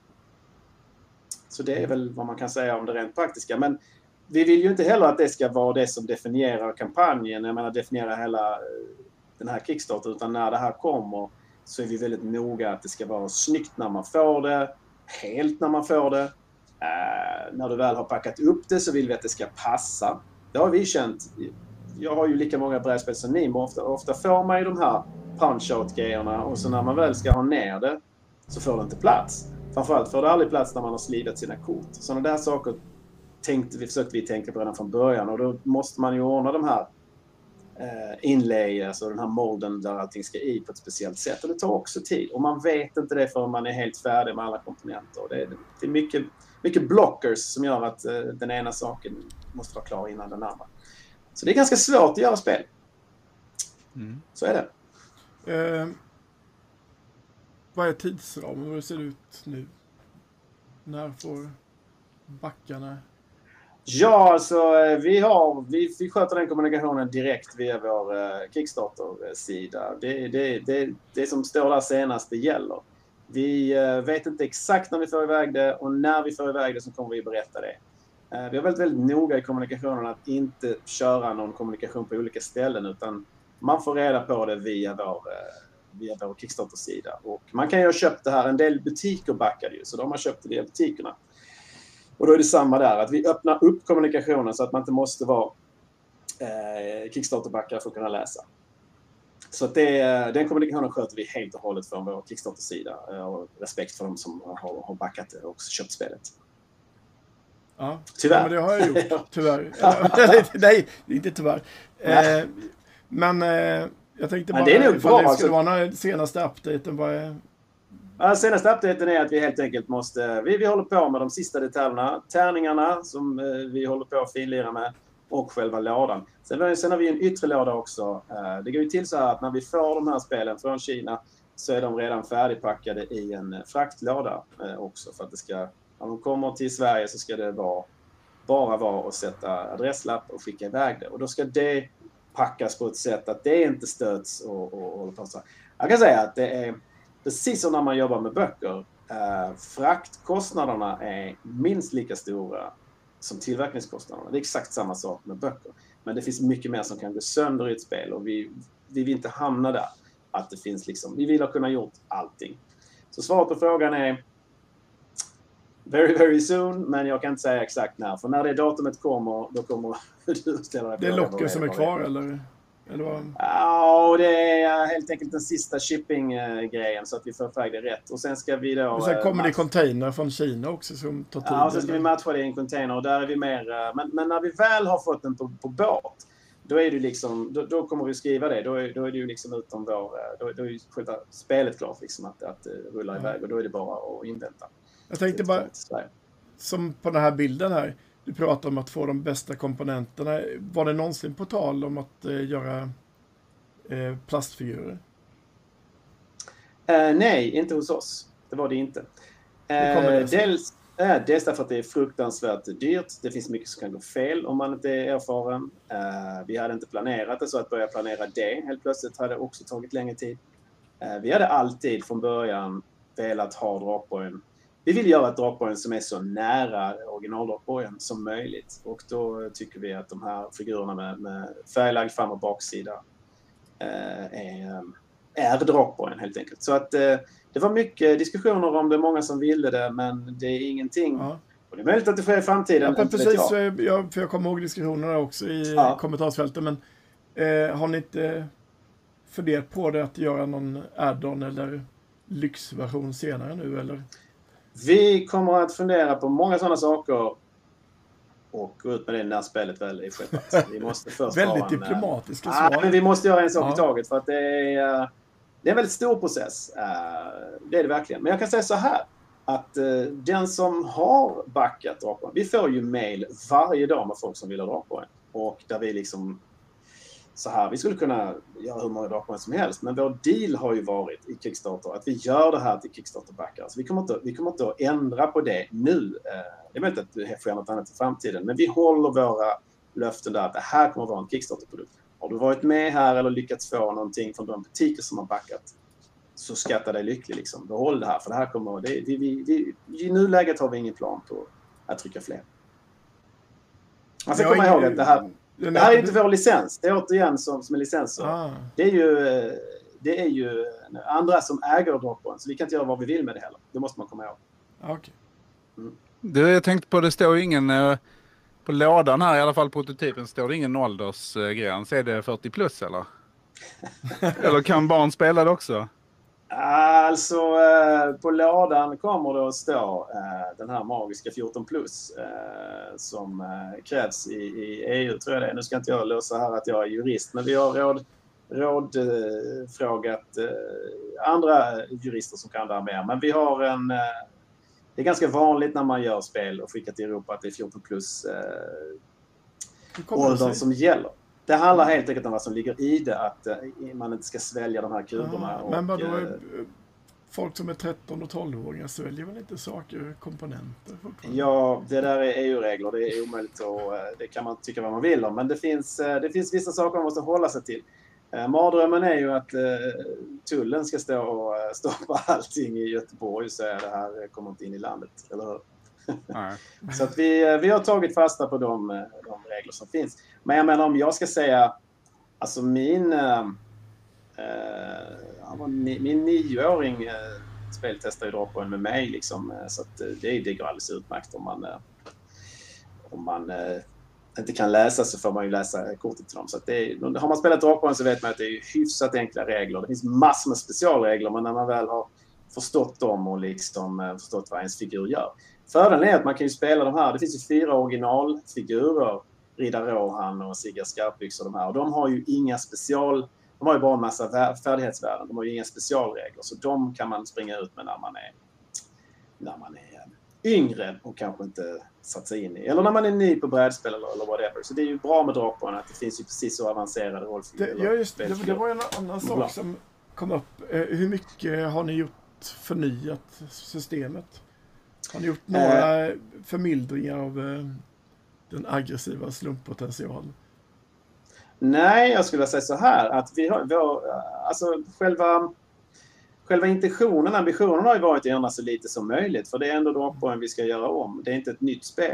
Så det är väl vad man kan säga om det rent praktiska. Men vi vill ju inte heller att det ska vara det som definierar kampanjen. Jag menar definierar hela den här Kickstarter. Utan när det här kommer så är vi väldigt noga att det ska vara snyggt när man får det. Helt när man får det. Eh, när du väl har packat upp det så vill vi att det ska passa. Det har vi känt... Jag har ju lika många brädspel som ni, men ofta, ofta får man ju de här punch-out-grejerna och så när man väl ska ha ner det så får det inte plats. Framförallt får det aldrig plats när man har slidat sina kort. Sådana där saker tänkte vi, försökte vi tänka på redan från början och då måste man ju ordna de här eh, inlayers och den här molden där allting ska i på ett speciellt sätt och det tar också tid. Och man vet inte det förrän man är helt färdig med alla komponenter. Och det, är, det är mycket, mycket blockers som gör att eh, den ena saken måste vara klar innan den andra. Så det är ganska svårt att göra spel. Mm. Så är det. Eh, vad är tidsramen? Hur ser det ut nu? När får backarna... Ja, alltså vi har... Vi, vi sköter den kommunikationen direkt via vår uh, Kickstarter-sida. Det, det, det, det som står där senast, det gäller. Vi uh, vet inte exakt när vi får iväg det och när vi får iväg det så kommer vi berätta det. Vi är väldigt, väldigt noga i kommunikationen att inte köra någon kommunikation på olika ställen utan man får reda på det via vår, via vår Kickstarter-sida. Och man kan ju ha köpt det här, en del butiker backar ju så de har köpt det via butikerna. Och då är det samma där, att vi öppnar upp kommunikationen så att man inte måste vara eh, Kickstarter-backare för att kunna läsa. Så att det, den kommunikationen sköter vi helt och hållet från vår Kickstarter-sida och respekt för de som har, har backat och också köpt spelet. Ja, tyvärr. Ja, men det har jag gjort, tyvärr. nej, nej, inte tyvärr. Eh, men eh, jag tänkte bara, det är nog bra, det alltså. skulle vara den senaste updaten. Vad är... Ja, senaste updaten är att vi helt enkelt måste, vi, vi håller på med de sista detaljerna, tärningarna som eh, vi håller på att finlira med och själva lådan. Sen, sen har vi en yttre låda också. Eh, det går ju till så här att när vi får de här spelen från Kina så är de redan färdigpackade i en fraktlåda eh, också för att det ska... När de kommer till Sverige så ska det vara, bara vara att sätta adresslapp och skicka iväg det. Och då ska det packas på ett sätt att det inte stöts och, och, och på så. Jag kan säga att det är precis som när man jobbar med böcker. Eh, fraktkostnaderna är minst lika stora som tillverkningskostnaderna. Det är exakt samma sak med böcker. Men det finns mycket mer som kan gå sönder i ett spel och vi, vi vill inte hamna där. Att det finns liksom, vi vill ha kunnat gjort allting. Så svaret på frågan är very, very soon, men jag kan inte säga exakt när. För när det datumet kommer, då kommer du ställa dig. Det är locken som är kvar, eller? eller vad? Ja, det är helt enkelt den sista shipping-grejen så att vi får iväg det rätt. Och sen ska vi då... Och sen kommer det container från Kina också som tar tid. Ja, och sen ska vi matcha det i en container och där är vi mer... Men, men när vi väl har fått den på, på båt, då är det liksom, då, då kommer vi skriva det. Då är, då är det ju liksom utom vår... Då, då är ju själva spelet klart liksom att, att rulla ja. iväg och då är det bara att invänta. Jag tänkte bara, som på den här bilden här, du pratar om att få de bästa komponenterna. Var det någonsin på tal om att eh, göra eh, plastfigurer? Uh, nej, inte hos oss. Det var det inte. Uh, det dels, uh, dels därför att det är fruktansvärt dyrt. Det finns mycket som kan gå fel om man inte är erfaren. Uh, vi hade inte planerat det, så att börja planera det helt plötsligt hade också tagit längre tid. Uh, vi hade alltid från början velat ha Drakborgen. Vi vill göra ett Drakborgen som är så nära original-Drakborgen som möjligt. Och då tycker vi att de här figurerna med, med färglagd fram- och baksida uh, är, är Drakborgen helt enkelt. Så att uh, det var mycket diskussioner om det, många som ville det, men det är ingenting. Ja. Och det är möjligt att det sker i framtiden. Ja, precis, jag. Jag, för jag kommer ihåg diskussionerna också i ja. kommentarsfältet. Men uh, har ni inte funderat på det att göra någon add-on eller lyxversion senare nu, eller? Vi kommer att fundera på många sådana saker och gå ut med det när spelet väl är skeppat. Vi måste först väldigt ha en, diplomatiska äh, svar. Men vi måste göra en sak ja. i taget för att det är, det är en väldigt stor process. Det är det verkligen. Men jag kan säga så här att den som har backat Drakborgen, vi får ju mail varje dag med folk som vill ha Drakborgen och där vi liksom så här, vi skulle kunna göra hur många Drakborgen som helst, men vår deal har ju varit i Kickstarter att vi gör det här till Kickstarter-backar. Så vi kommer inte, vi kommer inte att ändra på det nu. Det är möjligt att det sker något annat i framtiden, men vi håller våra löften där att det här kommer att vara en Kickstarter-produkt. Har du varit med här eller lyckats få någonting från de butiker som har backat, så skatta dig lycklig liksom. Behåll det här, för det här kommer... Det, vi, vi, vi, I nuläget har vi ingen plan på att trycka fler. Man ska komma ihåg att det här... Det här är inte vår licens. Det är återigen som, som en licens. Ah. Det är ju det är ju andra som äger Drakborgen. Så vi kan inte göra vad vi vill med det heller. Det måste man komma ihåg. Okay. Mm. Du, jag tänkte på, det står ju ingen på lådan här, i alla fall prototypen, står det ingen åldersgräns. Är det fyrtio plus eller? Eller kan barn spela det också? Alltså på lådan kommer det att stå den här magiska fjorton plus som krävs i, i E U, tror jag det är. Nu ska inte jag lösa här att jag är jurist, men vi har råd, rådfrågat andra jurister som kan det här mer. Men vi har en... Det är ganska vanligt när man gör spel och skickar till Europa att det är fjorton plus åldern som gäller. Det handlar helt enkelt om vad som ligger i det, att man inte ska svälja de här kuberna. Ja, men vadå, och, folk som är tretton och tolv-åringar sväljer väl inte saker, komponenter? Ja, det där är E U-regler. Det är omöjligt och det kan man tycka vad man vill om. Men det finns, det finns vissa saker man måste hålla sig till. Mardrömmen är ju att tullen ska stå och stoppa allting i Göteborg, så är det här kommer inte in i landet, eller hur? Nej. Så att vi, vi har tagit fasta på de, de regler som finns. Men jag menar, om jag ska säga, alltså min äh, min, min nioåring äh, speltestar ju Drakborgen med mig liksom, så att det, det går alldeles utmärkt. Om man, äh, om man äh, inte kan läsa så får man ju läsa kortet till dem. Så att det är, har man spelat Drakborgen så vet man att det är hyfsat enkla regler. Det finns massor med specialregler, men när man väl har förstått dem och liksom förstått vad ens figur gör. Fördelen är att man kan ju spela de här. Det finns ju fyra originalfigurer. Riddar Rohan och Sigurd Skarpbyx och de här. Och de har ju inga special... De har ju bara en massa färdighetsvärden. De har ju inga specialregler. Så de kan man springa ut med när man är, när man är yngre och kanske inte satt sig in i. Eller när man är ny på brädspel eller, eller whatever. Så det är ju bra med Drakborgen att det finns ju precis så avancerade rollfigurer. Det, ja, just, det, det var en annan sak som kom upp. Hur mycket har ni gjort förnyat systemet? Har ni gjort några eh, förmildringar av eh, den aggressiva slumppotentialen? Nej, jag skulle säga så här att vi har, vi har alltså själva själva intentionen, ambitionen har ju varit att göra så lite som möjligt, för det är ändå Drakborgen vi ska göra om. Det är inte ett nytt spel.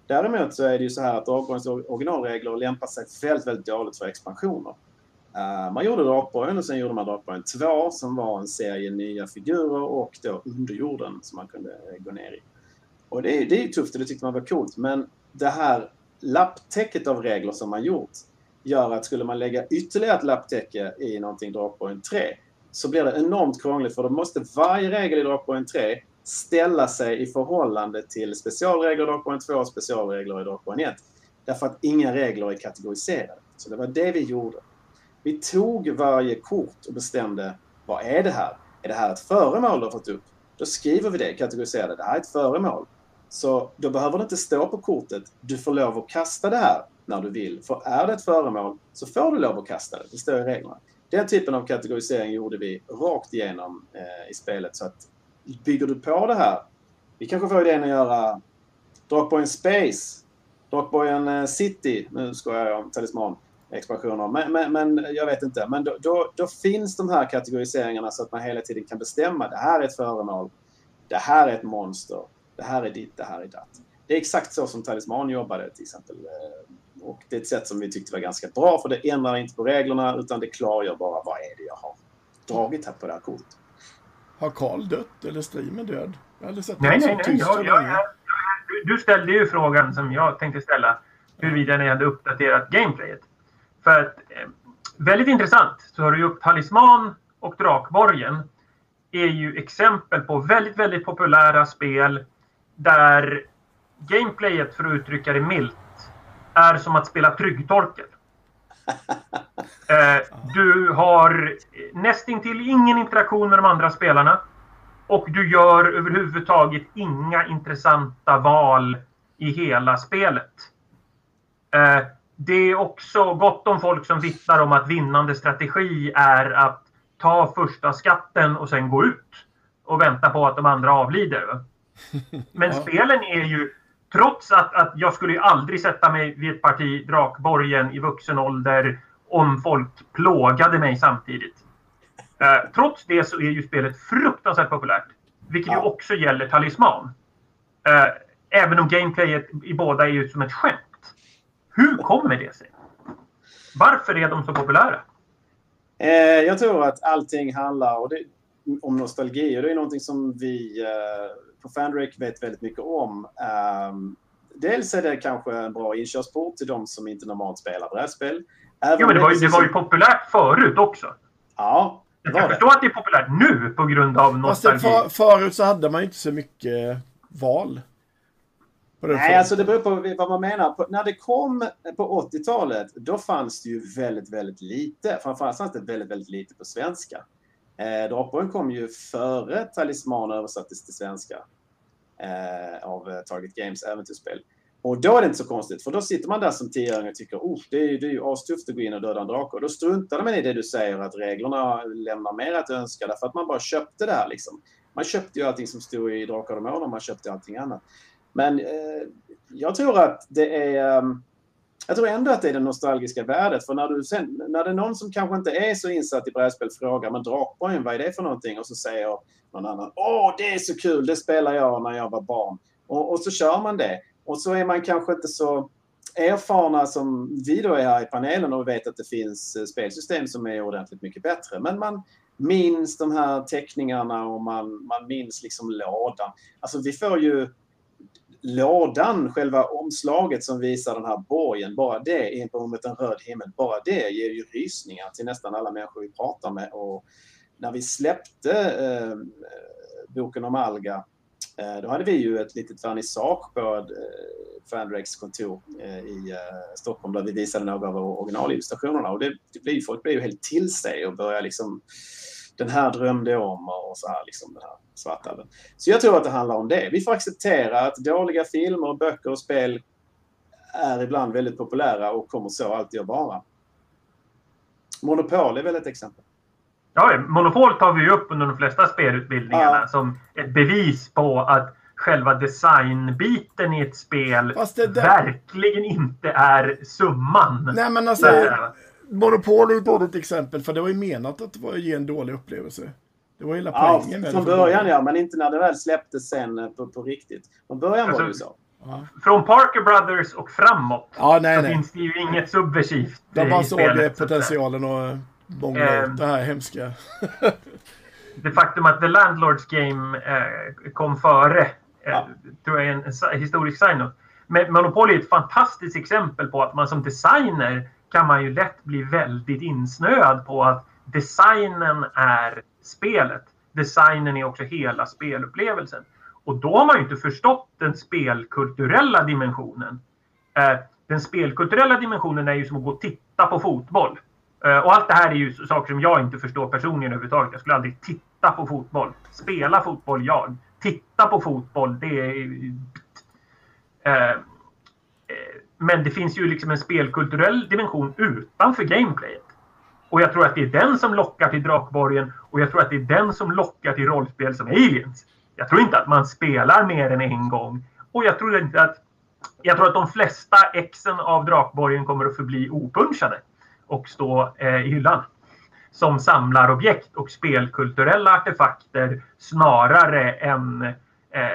Däremot så är det ju så här att Drakborgens originalregler lämpar sig väldigt, väldigt dåligt för expansioner. Uh, man gjorde Drakborgen och sen gjorde man Drakborgen två som var en serie nya figurer och då underjorden som man kunde gå ner i. Och det är, det är ju tufft och det tyckte man var coolt, men det här lapptäcket av regler som man gjort gör att skulle man lägga ytterligare ett lapptäcke i någonting Drakborgen tre så blir det enormt krångligt, för då måste varje regel i Drakborgen tre ställa sig i förhållande till specialregler i Drakborgen två och specialregler i Drakborgen ett. Därför att inga regler är kategoriserade. Så det var det vi gjorde. Vi tog varje kort och bestämde, vad är det här? Är det här ett föremål du har fått upp? Då skriver vi det, kategoriserade. Det här är ett föremål. Så då behöver det inte stå på kortet, du får lov att kasta det här när du vill. För är det ett föremål så får du lov att kasta det. Det står i reglerna. Den typen av kategorisering gjorde vi rakt igenom eh, i spelet. Så att bygger du på det här, vi kanske får idén att göra Drakborgen Space, Drakborgen City, nu ska jag om talisman expansioner, men, men, men jag vet inte. Men då, då, då finns de här kategoriseringarna så att man hela tiden kan bestämma, det här är ett föremål, det här är ett monster, det här är ditt, det här är datt. Det är exakt så som talisman jobbade till exempel. Och det är ett sätt som vi tyckte var ganska bra, för det ändrar inte på reglerna utan det klargör bara vad är det jag har dragit här på det här kortet. Har Karl dött eller Streamen död? Jag hade sett nej, nej, nej. Jag, jag, jag, du ställde ju frågan som jag tänkte ställa, huruvida ni hade uppdaterat gameplayet. För att, eh, väldigt intressant så har du gjort Talisman och Drakborgen är ju exempel på väldigt, väldigt populära spel där gameplayet, för att uttrycka det milt, är som att spela tryggtorkel. Eh, du har nästintill ingen interaktion med de andra spelarna och du gör överhuvudtaget inga intressanta val i hela spelet. Eh, det är också gott om folk som vittnar om att vinnande strategi är att ta första skatten och sen gå ut och vänta på att de andra avlider. Men ja. Spelen är ju, trots att, att jag skulle ju aldrig sätta mig vid ett parti Drakborgen i vuxen ålder om folk plågade mig samtidigt. Eh, trots det så är ju spelet fruktansvärt populärt. Vilket ja. ju också gäller Talisman. Eh, även om gameplayet i båda är ju som ett skämt. Hur kommer det sig? Varför är de så populära? Eh, jag tror att allting handlar och det, om nostalgi. Och det är någonting som vi eh, på Fandrik vet väldigt mycket om. Um, dels är det kanske en bra inkörsport till de som inte normalt spelar brädspel. Ja, men det var, ju, det var ju populärt förut också. Ja, det var jag det. förstår att det är populärt nu på grund av nostalgi. För, förut så hade man ju inte så mycket val. Nej, alltså det beror på vad man menar. På, när det kom på åttiotalet, då fanns det ju väldigt, väldigt lite. Framförallt fanns det väldigt, väldigt lite på svenska. Eh, Drakborgen kom ju före Talisman översattes till svenska eh, av eh, Target Games äventyrsspel. Och då är det inte så konstigt, för då sitter man där som tioåring och tycker oh, det är ju, det är ju astufft att gå in och döda en drake. Och då struntar man i det du säger, att reglerna lämnar mer att önska, därför att man bara köpte det här liksom. Man köpte ju allting som stod i Drakar och Demoner, man köpte allting annat. Men eh, jag tror att det är... Um, jag tror ändå att det är det nostalgiska värdet. För när, du sen, när det är någon som kanske inte är så insatt i brädspel frågar, men Drakborgen, vad är det för någonting? Och så säger någon annan, åh, det är så kul, det spelar jag när jag var barn. Och, och så kör man det. Och så är man kanske inte så erfarna som vi då är här i panelen och vet att det finns spelsystem som är ordentligt mycket bättre. Men man minns de här teckningarna och man, man minns liksom lådan. Alltså vi får ju lådan, själva omslaget som visar den här borgen, bara det är på en röd himmel, bara det ger ju rysningar till nästan alla människor vi pratar med. Och när vi släppte eh, boken om Alga, eh, då hade vi ju ett litet vernissage på eh, Fandrex kontor eh, i eh, Stockholm där vi visade några av originalillustrationerna, och det, det blir, folk blev ju helt till sig och började liksom, den här drömde jag om och så här liksom den här svartalven. Så jag tror att det handlar om det. Vi får acceptera att dåliga filmer, böcker och spel är ibland väldigt populära och kommer så alltid att vara. Monopol är väl ett exempel. Ja, Monopol tar vi ju upp under de flesta spelutbildningarna ja. som ett bevis på att själva designbiten i ett spel det där... verkligen inte är summan. Nej, men alltså... Där. Monopol är ett dåligt exempel, för det var ju menat att det var ge en dålig upplevelse. Det var hela poängen. Ja, från början ja, men inte när det väl släpptes sen på, på riktigt. Från början alltså, var det ju så. Ja. Från Parker Brothers och framåt Ja, nej, så nej. finns det ju inget subversivt De bara i såg spelet. potentialen och bångade Eh, ut det här hemska. Det faktum att The Landlords Game eh, kom före eh, Ja. tror jag är en, en historisk sign. Men Monopoly är ett fantastiskt exempel på att man som designer kan man ju lätt bli väldigt insnöad på att designen är spelet. Designen är också hela spelupplevelsen. Och då har man ju inte förstått den spelkulturella dimensionen. Eh, den spelkulturella dimensionen är ju som att gå och titta på fotboll. Uh, och allt det här är ju saker som jag inte förstår personligen överhuvudtaget. Jag skulle aldrig titta på fotboll. Spela fotboll, jag. Titta på fotboll, det är... Uh, uh, men det finns ju liksom en spelkulturell dimension utanför gameplayet. Och jag tror att det är den som lockar till Drakborgen. Och jag tror att det är den som lockar till rollspel som Aliens. Jag tror inte att man spelar mer än en gång. Och jag tror inte att... Jag tror att de flesta exen av Drakborgen kommer att förbli opunchade. Och stå eh, i hyllan. Som samlar objekt och spelkulturella artefakter snarare än eh,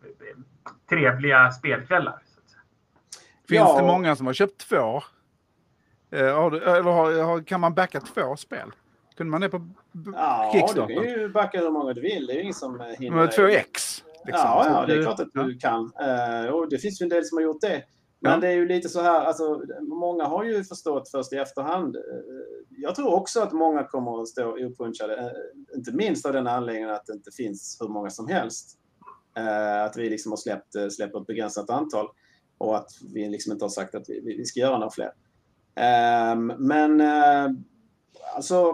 trevliga spelkvällar. Finns Ja. det många som har köpt två? Eh, har du, eller har, har, kan man backa två spel? Kunde man det på b- Ja, du Kickstarter? kan ju backa hur många du vill. Det är ju ingen som eh, hindrar Men två dig. X? Liksom. Ja, Så ja, att det är du- klart att ja. du kan. Eh, och det finns ju en del som har gjort det. Men Ja. det är ju lite så här, alltså, många har ju förstått först i efterhand. Eh, Jag tror också att många kommer att stå opunchade. Eh, inte minst av den anledningen att det inte finns hur många som helst. Eh, att vi liksom har släppt, eh, släppt ett begränsat antal. Och att vi liksom inte har sagt att vi, vi ska göra några fler. Eh, men eh, alltså...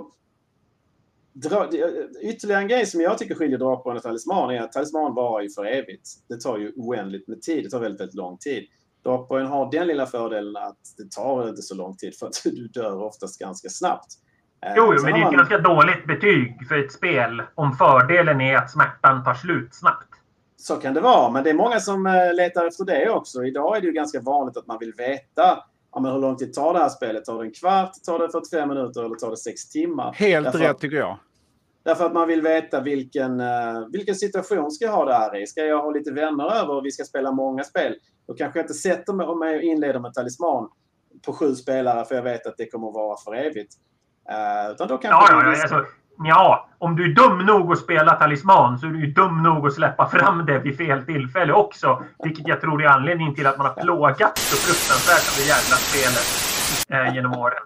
Dra, ytterligare en grej som jag tycker skiljer Drakborgen och Talisman är att Talisman var ju för evigt. Det tar ju oändligt med tid. Det tar väldigt, väldigt lång tid. Drakborgen har den lilla fördelen att det tar inte så lång tid för att du dör oftast ganska snabbt. Jo, Så men det är har ett man- ganska dåligt betyg för ett spel om fördelen är att smärtan tar slut snabbt. Så kan det vara, men det är många som eh, letar efter det också. Idag är det ju ganska vanligt att man vill veta ja, men hur lång tid tar det här spelet. Tar det en kvart, tar det fyrtiofem minuter eller tar det sex timmar? Helt Därför- rätt tycker jag. Därför att man vill veta vilken, uh, vilken situation ska jag ha det här i. Ska jag ha lite vänner över och vi ska spela många spel? Då kanske jag inte sätter mig och mig och inleder med Talisman på sju spelare för jag vet att det kommer att vara för evigt. Uh, utan då kanske Ja, ja, vi- ja, alltså, ja, om du är dum nog att spela Talisman så är du ju dum nog att släppa fram det vid fel tillfälle också. Vilket jag tror är anledningen till att man har plågat så fruktansvärt av det jävla spelet eh, genom åren.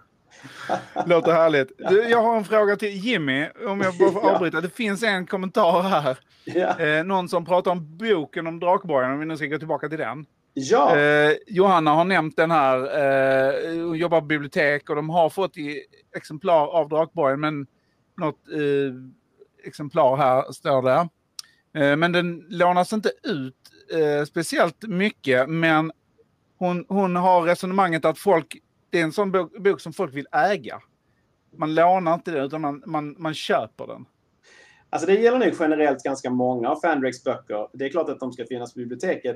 Låter härligt. Du, jag har en fråga till Jimmy, om jag bara får avbryta. Det finns en kommentar här. Ja. Eh, någon som pratar om boken om Drakborgen, om vi nu ska gå tillbaka till den. ja. Eh, Johanna har nämnt den här. Eh, hon jobbar på bibliotek och de har fått i exemplar av Drakborgen, men något eh, exemplar här står det. Eh, men den lånas inte ut eh, speciellt mycket, men hon, hon har resonemanget att folk, det är en sån bok, bok som folk vill äga. Man lånar inte den utan man, man, man köper den. Alltså det gäller nu generellt ganska många av Fandrakes böcker. Det är klart att de ska finnas på biblioteket.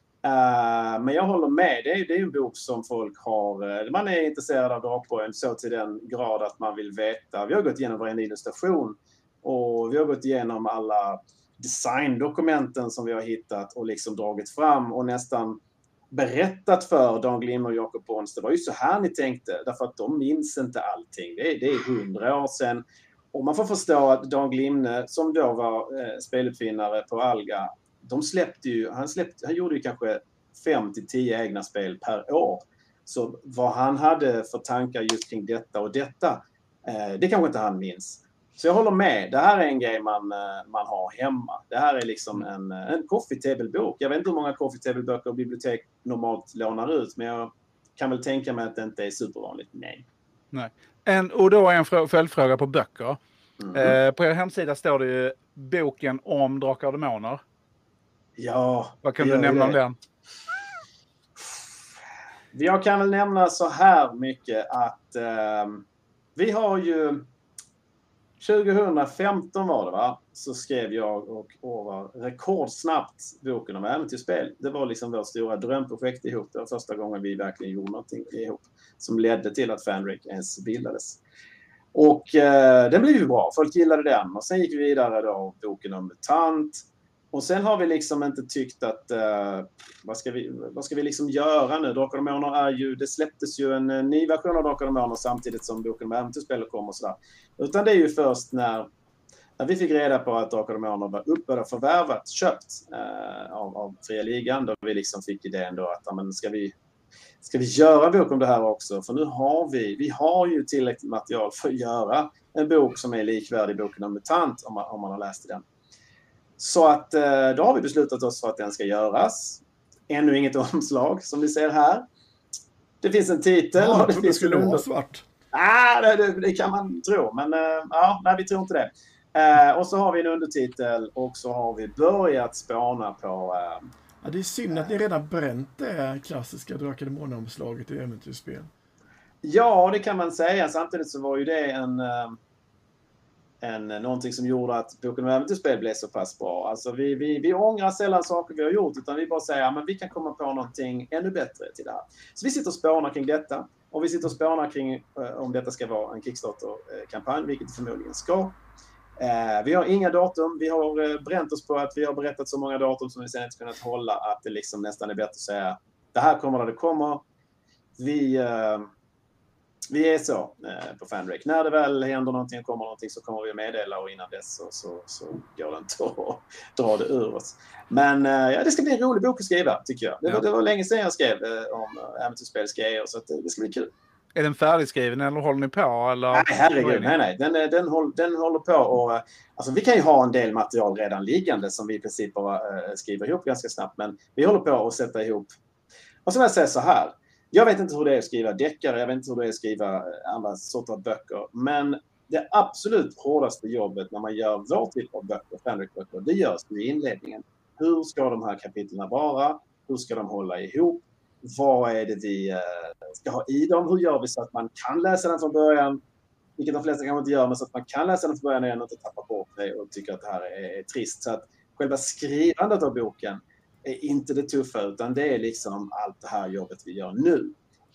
Uh, men jag håller med. Det är, det är en bok som folk har... Uh, man är intresserad av Drakborgen så till den grad att man vill veta. Vi har gått igenom varenda illustration. Och vi har gått igenom alla designdokumenten som vi har hittat och liksom dragit fram och nästan berättat för Dan Glimmer och Jakob Pons. Det var ju så här ni tänkte. Därför att de minns inte allting. Det är, det är hundra år sedan. Och man får förstå att Dan Glimne, som då var eh, speluppfinnare på Alga, de släppte ju, han, släppte, han gjorde ju kanske fem till tio egna spel per år. Så vad han hade för tankar just kring detta och detta, eh, det kanske inte han minns. Så jag håller med. Det här är en grej man, eh, man har hemma. Det här är liksom en, en coffee table-bok. Jag vet inte hur många coffee table-böcker och bibliotek normalt lånar ut, men jag kan väl tänka mig att det inte är supervanligt. Nej. Nej. En, och då är en frå- följdfråga på böcker. Mm. Eh, på er hemsida står det ju boken om Drakar och Demoner. Ja. Vad kan det du gör nämna det. om den? Jag kan väl nämna så här mycket att eh, vi har ju tjugohundrafemton var det va? Så skrev jag och Orvar rekordsnabbt boken om äventyrsspel. Det var liksom vårt stora drömprojekt ihop. Det var första gången vi verkligen gjorde någonting ihop som ledde till att Fandrake ens bildades. Och eh, den blev ju bra. Folk gillade den. Och sen gick vi vidare då boken om MUTANT. Och sen har vi liksom inte tyckt att uh, vad ska vi vad ska vi liksom göra nu? Drakar och Demoner är ju, det släpptes ju en uh, ny version av Drakar och Demoner samtidigt som boken med äventyrsspel kom och sådär. Utan det är ju först när, när vi fick reda på att Drakar och Demoner var uppe och förvärvat, köpt uh, av, av Fria Ligan, då vi liksom fick idén då att ja, men ska vi ska vi göra en bok om det här också? För nu har vi vi har ju tillräckligt material för att göra en bok som är likvärdig boken om MUTANT om man, om man har läst den. Så att då har vi beslutat oss för att den ska göras. Ännu inget omslag som vi ser här. Det finns en titel. Ja, och det finns skulle en vara svart. Ah, det, det kan man tro, men ja, nej, vi tror inte det. Uh, och så har vi en undertitel och så har vi börjat spåna på... Uh, ja, det är synd att ni redan bränt det klassiska Drakar och Demoner-omslaget i äventyrsspel. Ja, det kan man säga. Samtidigt så var ju det en... Uh, En, någonting som gjorde att boken om äventyrsspel blev så pass bra. Alltså vi, vi, vi ångrar sällan saker vi har gjort, utan vi bara säger att ja, vi kan komma på någonting ännu bättre till det här. Så vi sitter och spånar kring detta. Och vi sitter och spånar kring eh, om detta ska vara en Kickstarter-kampanj, vilket det förmodligen ska. Eh, vi har inga datum. Vi har eh, bränt oss på att vi har berättat så många datum som vi sen inte kunnat hålla, att det liksom nästan är bättre att säga det här kommer när det kommer. Vi... Eh, Vi är så eh, på Fanrake. När det väl händer någonting och kommer någonting så kommer vi meddela, och innan dess så, så, så går det inte att dra det ur oss. Men eh, ja, det ska bli en rolig bok att skriva, tycker jag. Det, ja. var, det var länge sedan jag skrev eh, om äventyrsspelsgrejer, så att, eh, det ska bli kul. Är den färdigskriven eller håller ni på? Eller? Nej, herregud. Nej, nej. Den, den, håll, den håller på och... Alltså, vi kan ju ha en del material redan liggande som vi i princip bara eh, skriver ihop ganska snabbt. Men vi håller på att sätta ihop... Och så vill jag säga så här. Jag vet inte hur det är att skriva deckare, jag vet inte hur det är att skriva andra sorter av böcker. Men det absolut hårdaste jobbet när man gör vår typ av böcker, fanböcker, det görs i inledningen. Hur ska de här kapitlen vara? Hur ska de hålla ihop? Vad är det vi ska ha i dem? Hur gör vi så att man kan läsa den från början? Vilket de flesta kanske inte gör, men så att man kan läsa den från början igen och inte tappa bort det och tycker att det här är, är trist. Så att själva skrivandet av boken är inte det tuffa, utan det är liksom allt det här jobbet vi gör nu.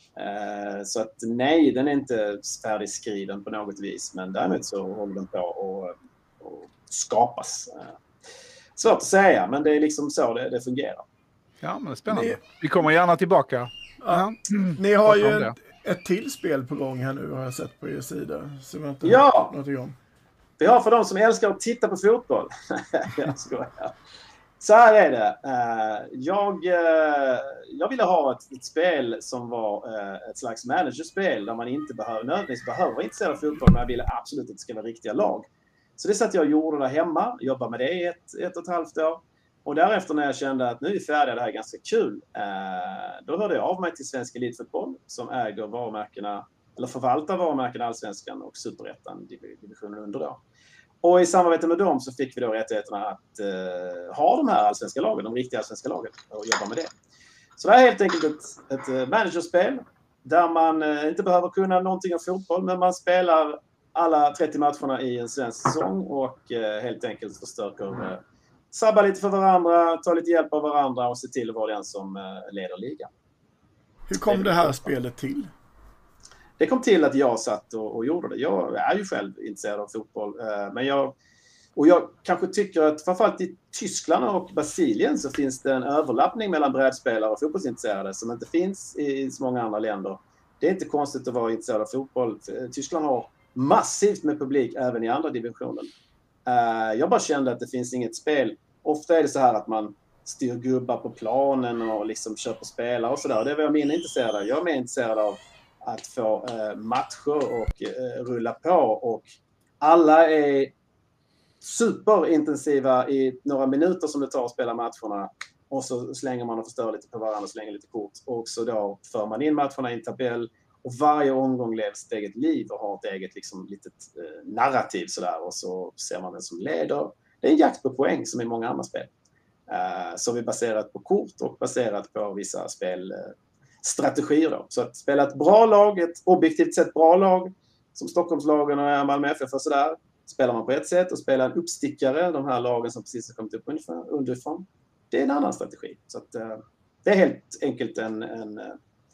Uh, så att nej, den är inte färdigskriven på något vis, men därmed så håller den på att och skapas. Uh, svårt att säga, men det är liksom så det, det fungerar. Ja, men det är spännande. Ni, vi kommer gärna tillbaka. Ja. Ja. Ni har ju ett, ett till spel på gång här nu, har jag sett på er sida. Så jag inte ja! Någonting om. Vi har för de som älskar att titta på fotboll. Jag skojar. Så här är det. Jag, jag ville ha ett, ett spel som var ett slags managerspel där man inte behöver, nödvändigtvis behöver vara intresserad av fotboll, men jag ville absolut att det ska vara riktiga lag. Så det satt jag och gjorde där hemma, jobbade med det i ett, ett och ett halvt år. Och därefter när jag kände att nu är vi färdiga, det här är ganska kul, då hörde jag av mig till Svensk Elitfotboll som äger varumärkena, eller förvaltar varumärkena Allsvenskan och Superettan, divisionen under då. Och i samarbete med dem så fick vi då rättigheterna att uh, ha de här allsvenska lagen, de riktiga allsvenska lagen, och jobba med det. Så det är helt enkelt ett, ett managerspel där man uh, inte behöver kunna någonting om fotboll, men man spelar alla trettio matcherna i en svensk säsong och uh, helt enkelt försöker uh, sabba lite för varandra, ta lite hjälp av varandra och se till att vara den som uh, leder ligan. Hur kom det här spelet till? Det kom till att jag satt och, och gjorde det. Jag är ju själv intresserad av fotboll. Eh, men jag, och jag kanske tycker att framförallt i Tyskland och Brasilien så finns det en överlappning mellan brädspelare och fotbollsintresserade som inte finns i så många andra länder. Det är inte konstigt att vara intresserad av fotboll. Tyskland har massivt med publik även i andra divisioner. Eh, jag bara kände att det finns inget spel. Ofta är det så här att man styr gubbar på planen och liksom köper spelare och sådär. Det är vad jag mindre intresserad av. Jag är mer intresserad av att få eh, matcher och eh, rulla på, och alla är superintensiva i några minuter som det tar att spela matcherna, och så slänger man och förstör lite på varandra och slänger lite kort, och så då för man in matcherna i en tabell, och varje omgång lever sitt eget liv och har ett eget liksom, litet eh, narrativ sådär, och så ser man vem som leder. Det är en jakt på poäng som i många andra spel. Uh, så vi är baserat på kort och baserat på vissa spel uh, strategier då. Så att spela ett bra lag, ett objektivt sett bra lag som Stockholmslagen och Malmö F F och sådär, spelar man på ett sätt, och spela en uppstickare, de här lagen som precis har kommit upp underifrån, det är en annan strategi. Så att, uh, det är helt enkelt en, en,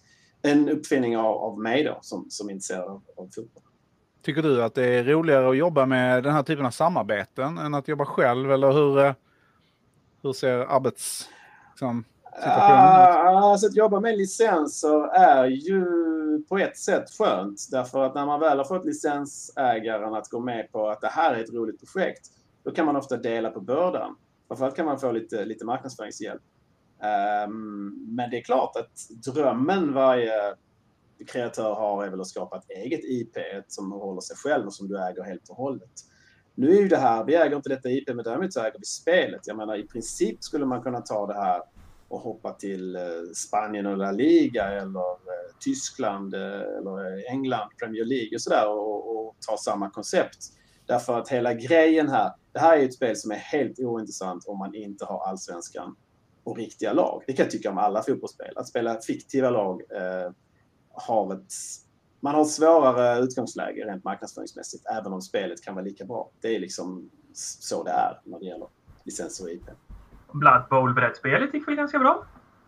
en uppfinning av, av mig då, som, som är intresserad av, av fotboll. Tycker du att det är roligare att jobba med den här typen av samarbeten än att jobba själv, eller hur, Hur ser arbets... Liksom, Uh, alltså att jobba med licenser är ju på ett sätt skönt. Därför att när man väl har fått licensägaren att gå med på att det här är ett roligt projekt, då kan man ofta dela på bördan. Framförallt kan man få lite, lite marknadsföringshjälp. Um, men det är klart att drömmen varje kreatör har är väl att skapa ett eget I P som håller sig själv och som du äger helt och hållet. Nu är ju det här, vi äger inte detta I P, men däremot så äger vi spelet. Jag menar, i princip skulle man kunna ta det här och hoppa till Spanien och La Liga eller Tyskland eller England, Premier League och sådär och, och ta samma koncept. Därför att hela grejen här, det här är ett spel som är helt ointressant om man inte har allsvenskan och riktiga lag. Det kan jag tycka om alla fotbollsspel. Att spela fiktiva lag eh, har ett... Man har ett svårare utgångsläge rent marknadsföringsmässigt, även om spelet kan vara lika bra. Det är liksom så det är när det gäller licenser och I P. Blood Bowl-brädspelet gick väl ganska bra?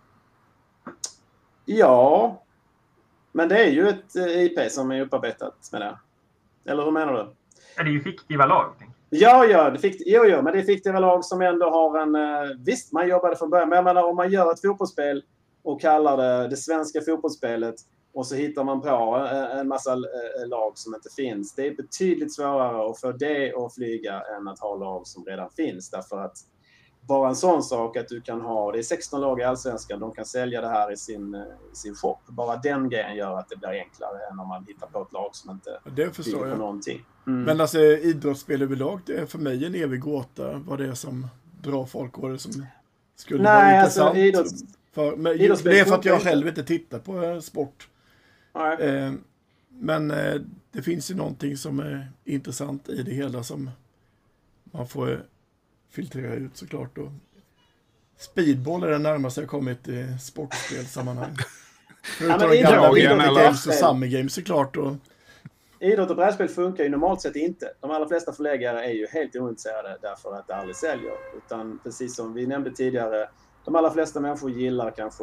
Ja, men det är ju ett I P som är upparbetat med det. Eller hur menar du? Ja, det är ju fiktiva lag. Ja, ja, det fick, jo, jo, men det är fiktiva lag som ändå har en... Visst, man jobbade från början, men jag menar, om man gör ett fotbollsspel och kallar det det svenska fotbollsspelet och så hittar man på en massa lag som inte finns. Det är betydligt svårare att få det att flyga än att ha lag som redan finns. Därför att bara en sån sak att du kan ha, det är sexton lag i allsvenskan, de kan sälja det här i sin, i sin shop. Bara den grejen gör att det blir enklare än om man hittar på ett lag som inte det förstår jag. någonting. Mm. Men alltså idrottsspel överlag, det är för mig en evig gåta vad det är som drar folk och det som skulle Nej, vara alltså, intressant. Idrotts... För, men, det är för att jag själv inte tittar på eh, sport. Eh, men eh, det finns ju någonting som är intressant i det hela som man får eh, filtrera ut såklart. Och speedball är det närmaste jag kommit i sportspelsammanhang. Förutom ja, gamla idrott, games och Summer Games såklart. Och... Idrott och brädspel funkar ju normalt sett inte. De allra flesta förläggare är ju helt ointresserade därför att det aldrig säljer. Utan precis som vi nämnde tidigare, de allra flesta människor gillar kanske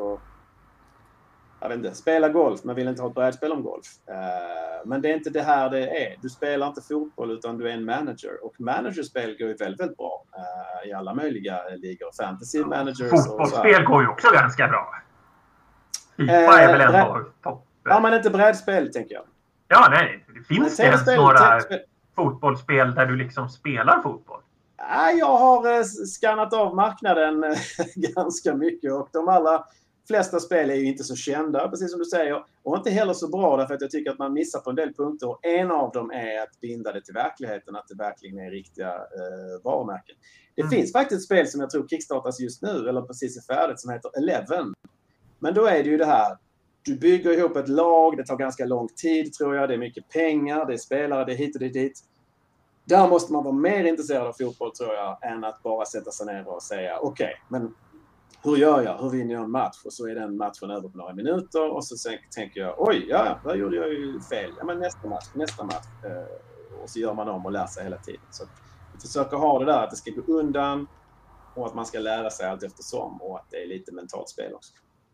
jag vet inte, spela golf men vill inte ha ett brädspel om golf. Uh, men det är inte det här det är. Du spelar inte fotboll utan du är en manager. Och managerspel går ju väldigt, väldigt bra uh, i alla möjliga ligor. Fantasy managers och fotbollsspel går ju också ganska bra. FIFA är väl ändå uh, topp. Ja, men inte brädspel tänker jag. Ja, nej. Det finns det ens spel, några spel. fotbollsspel där du liksom spelar fotboll? Ja, jag har skannat av marknaden ganska mycket och de allra flesta spel är ju inte så kända, precis som du säger, och inte heller så bra därför att jag tycker att man missar på en del punkter. Och en av dem är att binda det till verkligheten, att det verkligen är riktiga eh, varumärken. Det mm. finns faktiskt ett spel som jag tror kickstartas just nu, eller precis är färdigt, som heter Eleven. Men då är det ju det här, du bygger ihop ett lag, det tar ganska lång tid tror jag, det är mycket pengar, det är spelare, det är hit och dit, dit. Där måste man vara mer intresserad av fotboll tror jag, än att bara sätta sig ner och säga okej, okay, men hur gör jag? Hur vinner jag en match? Och så är den matchen över på några minuter. Och så tänker jag, oj, ja, där gjorde jag ju fel. Ja, men nästa match, nästa match. Och så gör man om och lär sig hela tiden. Så vi försöker ha det där att det ska gå undan. Och att man ska lära sig allt eftersom. Och att det är lite mentalt spel också.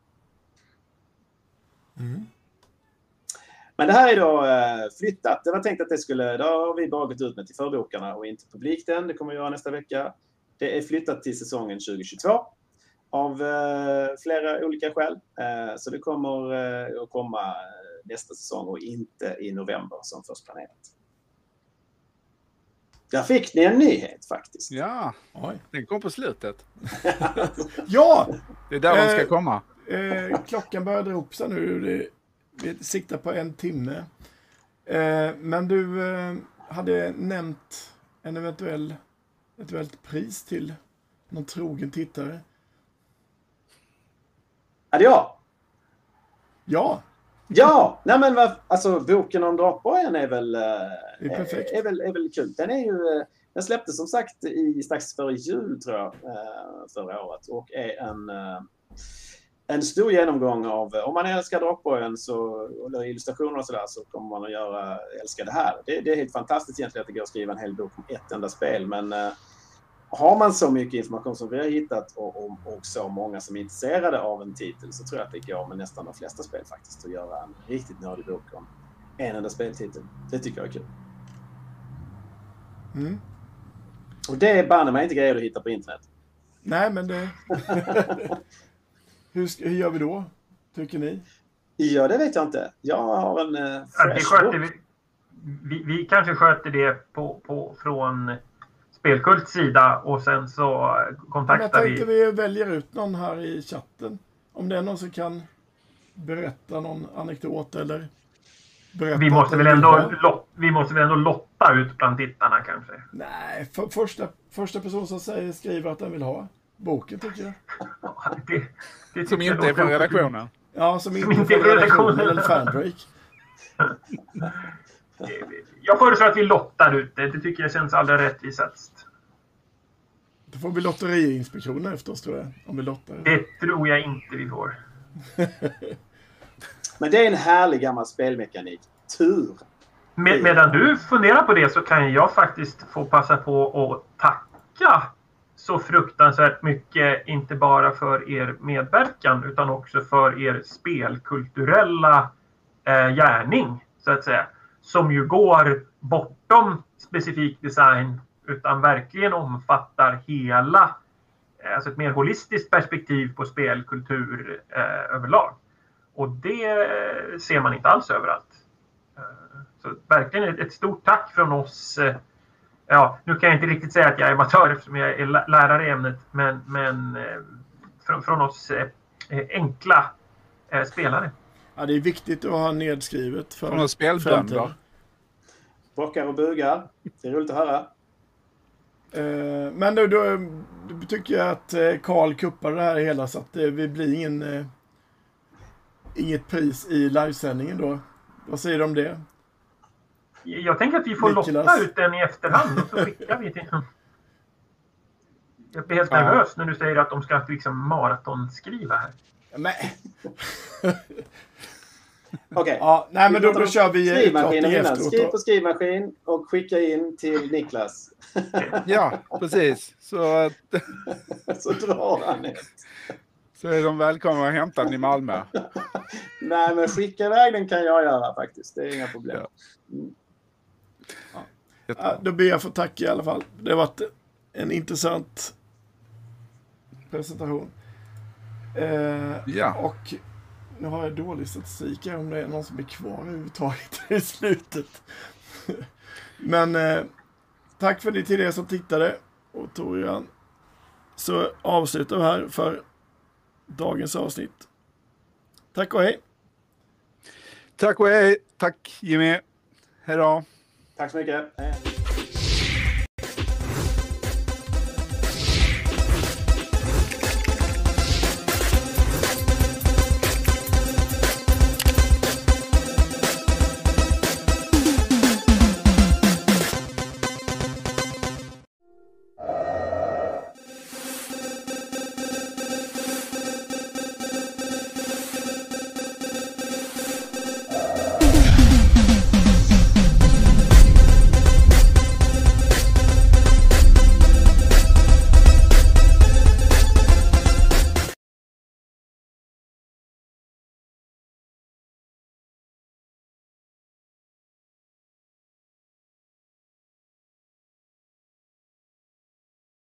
Mm. Men det här är då flyttat. Det var tänkt att det skulle, då har vi bara gått ut med till förbokarna och inte publik den. Det kommer vi göra nästa vecka. Det är flyttat till säsongen tjugohundratjugotvå. Av eh, flera olika skäl. Eh, så det kommer eh, att komma nästa säsong och inte i november som först planerat. Där fick ni en nyhet faktiskt. Ja, Oj. Den kom på slutet. Ja! Det är där eh, de ska komma. Eh, klockan börjar dra upp sig nu. Det, vi siktar på en timme. Eh, men du eh, hade nämnt en eventuell, eventuellt pris till någon trogen tittare. Hade jag? Ja. Ja, nej men vad, alltså boken om Drakborgen är väl är, är, är väl är väl kul. Den är ju den släpptes som sagt i strax före jul tror jag förra året och är en en stor genomgång av om man älskar Drakborgen så eller illustrationer och så där så kommer man att göra älska det här. Det, det är helt fantastiskt egentligen att det går att skriva en hel bok om ett enda spel men har man så mycket information som vi har hittat och, och, och så många som är intresserade av en titel så tror jag att det går med nästan de flesta spel faktiskt att göra en riktigt nördig bok om en enda speltitel. Det tycker jag är kul. Mm. Och det är banne mig inte grejer du hittar på internet. Nej, men det... hur, ska, hur gör vi då, tycker ni? Ja, det vet jag inte. Jag har en uh, Ja, det fresh sköter bok. vi, vi, vi kanske sköter det på, på, från Spelkults sida och sen så Men kontaktar jag tänkte vi... vi väljer ut någon här i chatten. Om det är någon som kan berätta någon anekdot eller berätta Vi måste, att väl den vill ändå, ha. lot, vi måste väl ändå lotta ut bland tittarna kanske. Nej, för, första, första person som säger, skriver att den vill ha boken, tycker jag. Ja, det, det Som tycker inte är jag från låter- redaktionen. Ja, som inte inte är är från redaktionen redaktionen. eller Fandrake. Jag föreslår att vi lottar ut det. Det tycker jag känns allra rättvisast. Då får vi lotteriinspektionen efter oss, tror jag. Om vi lottar. Det tror jag inte vi får. Men det är en härlig gammal spelmekanik. Tur. Med, medan du funderar på det så kan jag faktiskt få passa på att tacka så fruktansvärt mycket, inte bara för er medverkan utan också för er spelkulturella eh, gärning, så att säga. Som ju går bortom specifik design utan verkligen omfattar hela, alltså ett mer holistiskt perspektiv på spelkultur eh, överlag. Och det eh, ser man inte alls överallt. Eh, så verkligen ett, ett stort tack från oss. Eh, ja, nu kan jag inte riktigt säga att jag är amatör eftersom jag är lä- lärare i ämnet, men, men eh, från, från oss eh, enkla eh, spelare. Ja, det är viktigt att ha nedskrivet för Från oss spelbönder. framtiden. Bockar och bugar. Det är roligt att höra. Eh, men då, då, då tycker jag att eh, Carl kuppar det här hela så att det vi blir ingen, eh, inget pris i livesändningen då. Vad säger du om det? Jag tänker att vi får Niklas. lotta ut den i efterhand och så skickar vi till... Jag blir helt Ja. nervös när du säger att de ska liksom maratonskriva här. Men, Okej. ja, nej, men Vi då, pratar då om kör vi skrivmaskinen utlottning innan. efteråt. Skriv Då. på skrivmaskin och skicka in till Niklas. Ja, precis. Så, Så drar han ett. så är de välkomna att hämta den i Malmö. Nej, men skicka iväg den kan jag göra faktiskt. Det är inga problem. Ja. Ja, Jättebra. då ber jag för tack i alla fall. Det har varit en intressant presentation. Eh, Ja. Och nu har jag dålig statistik här om det är någon som är kvar överhuvudtaget i slutet. Men eh, tack för det till er som tittade. Och Torian, så avslutar vi här för dagens avsnitt. Tack och hej! Tack och hej. Tack Jimmy. Hej då. Tack så mycket. Hej.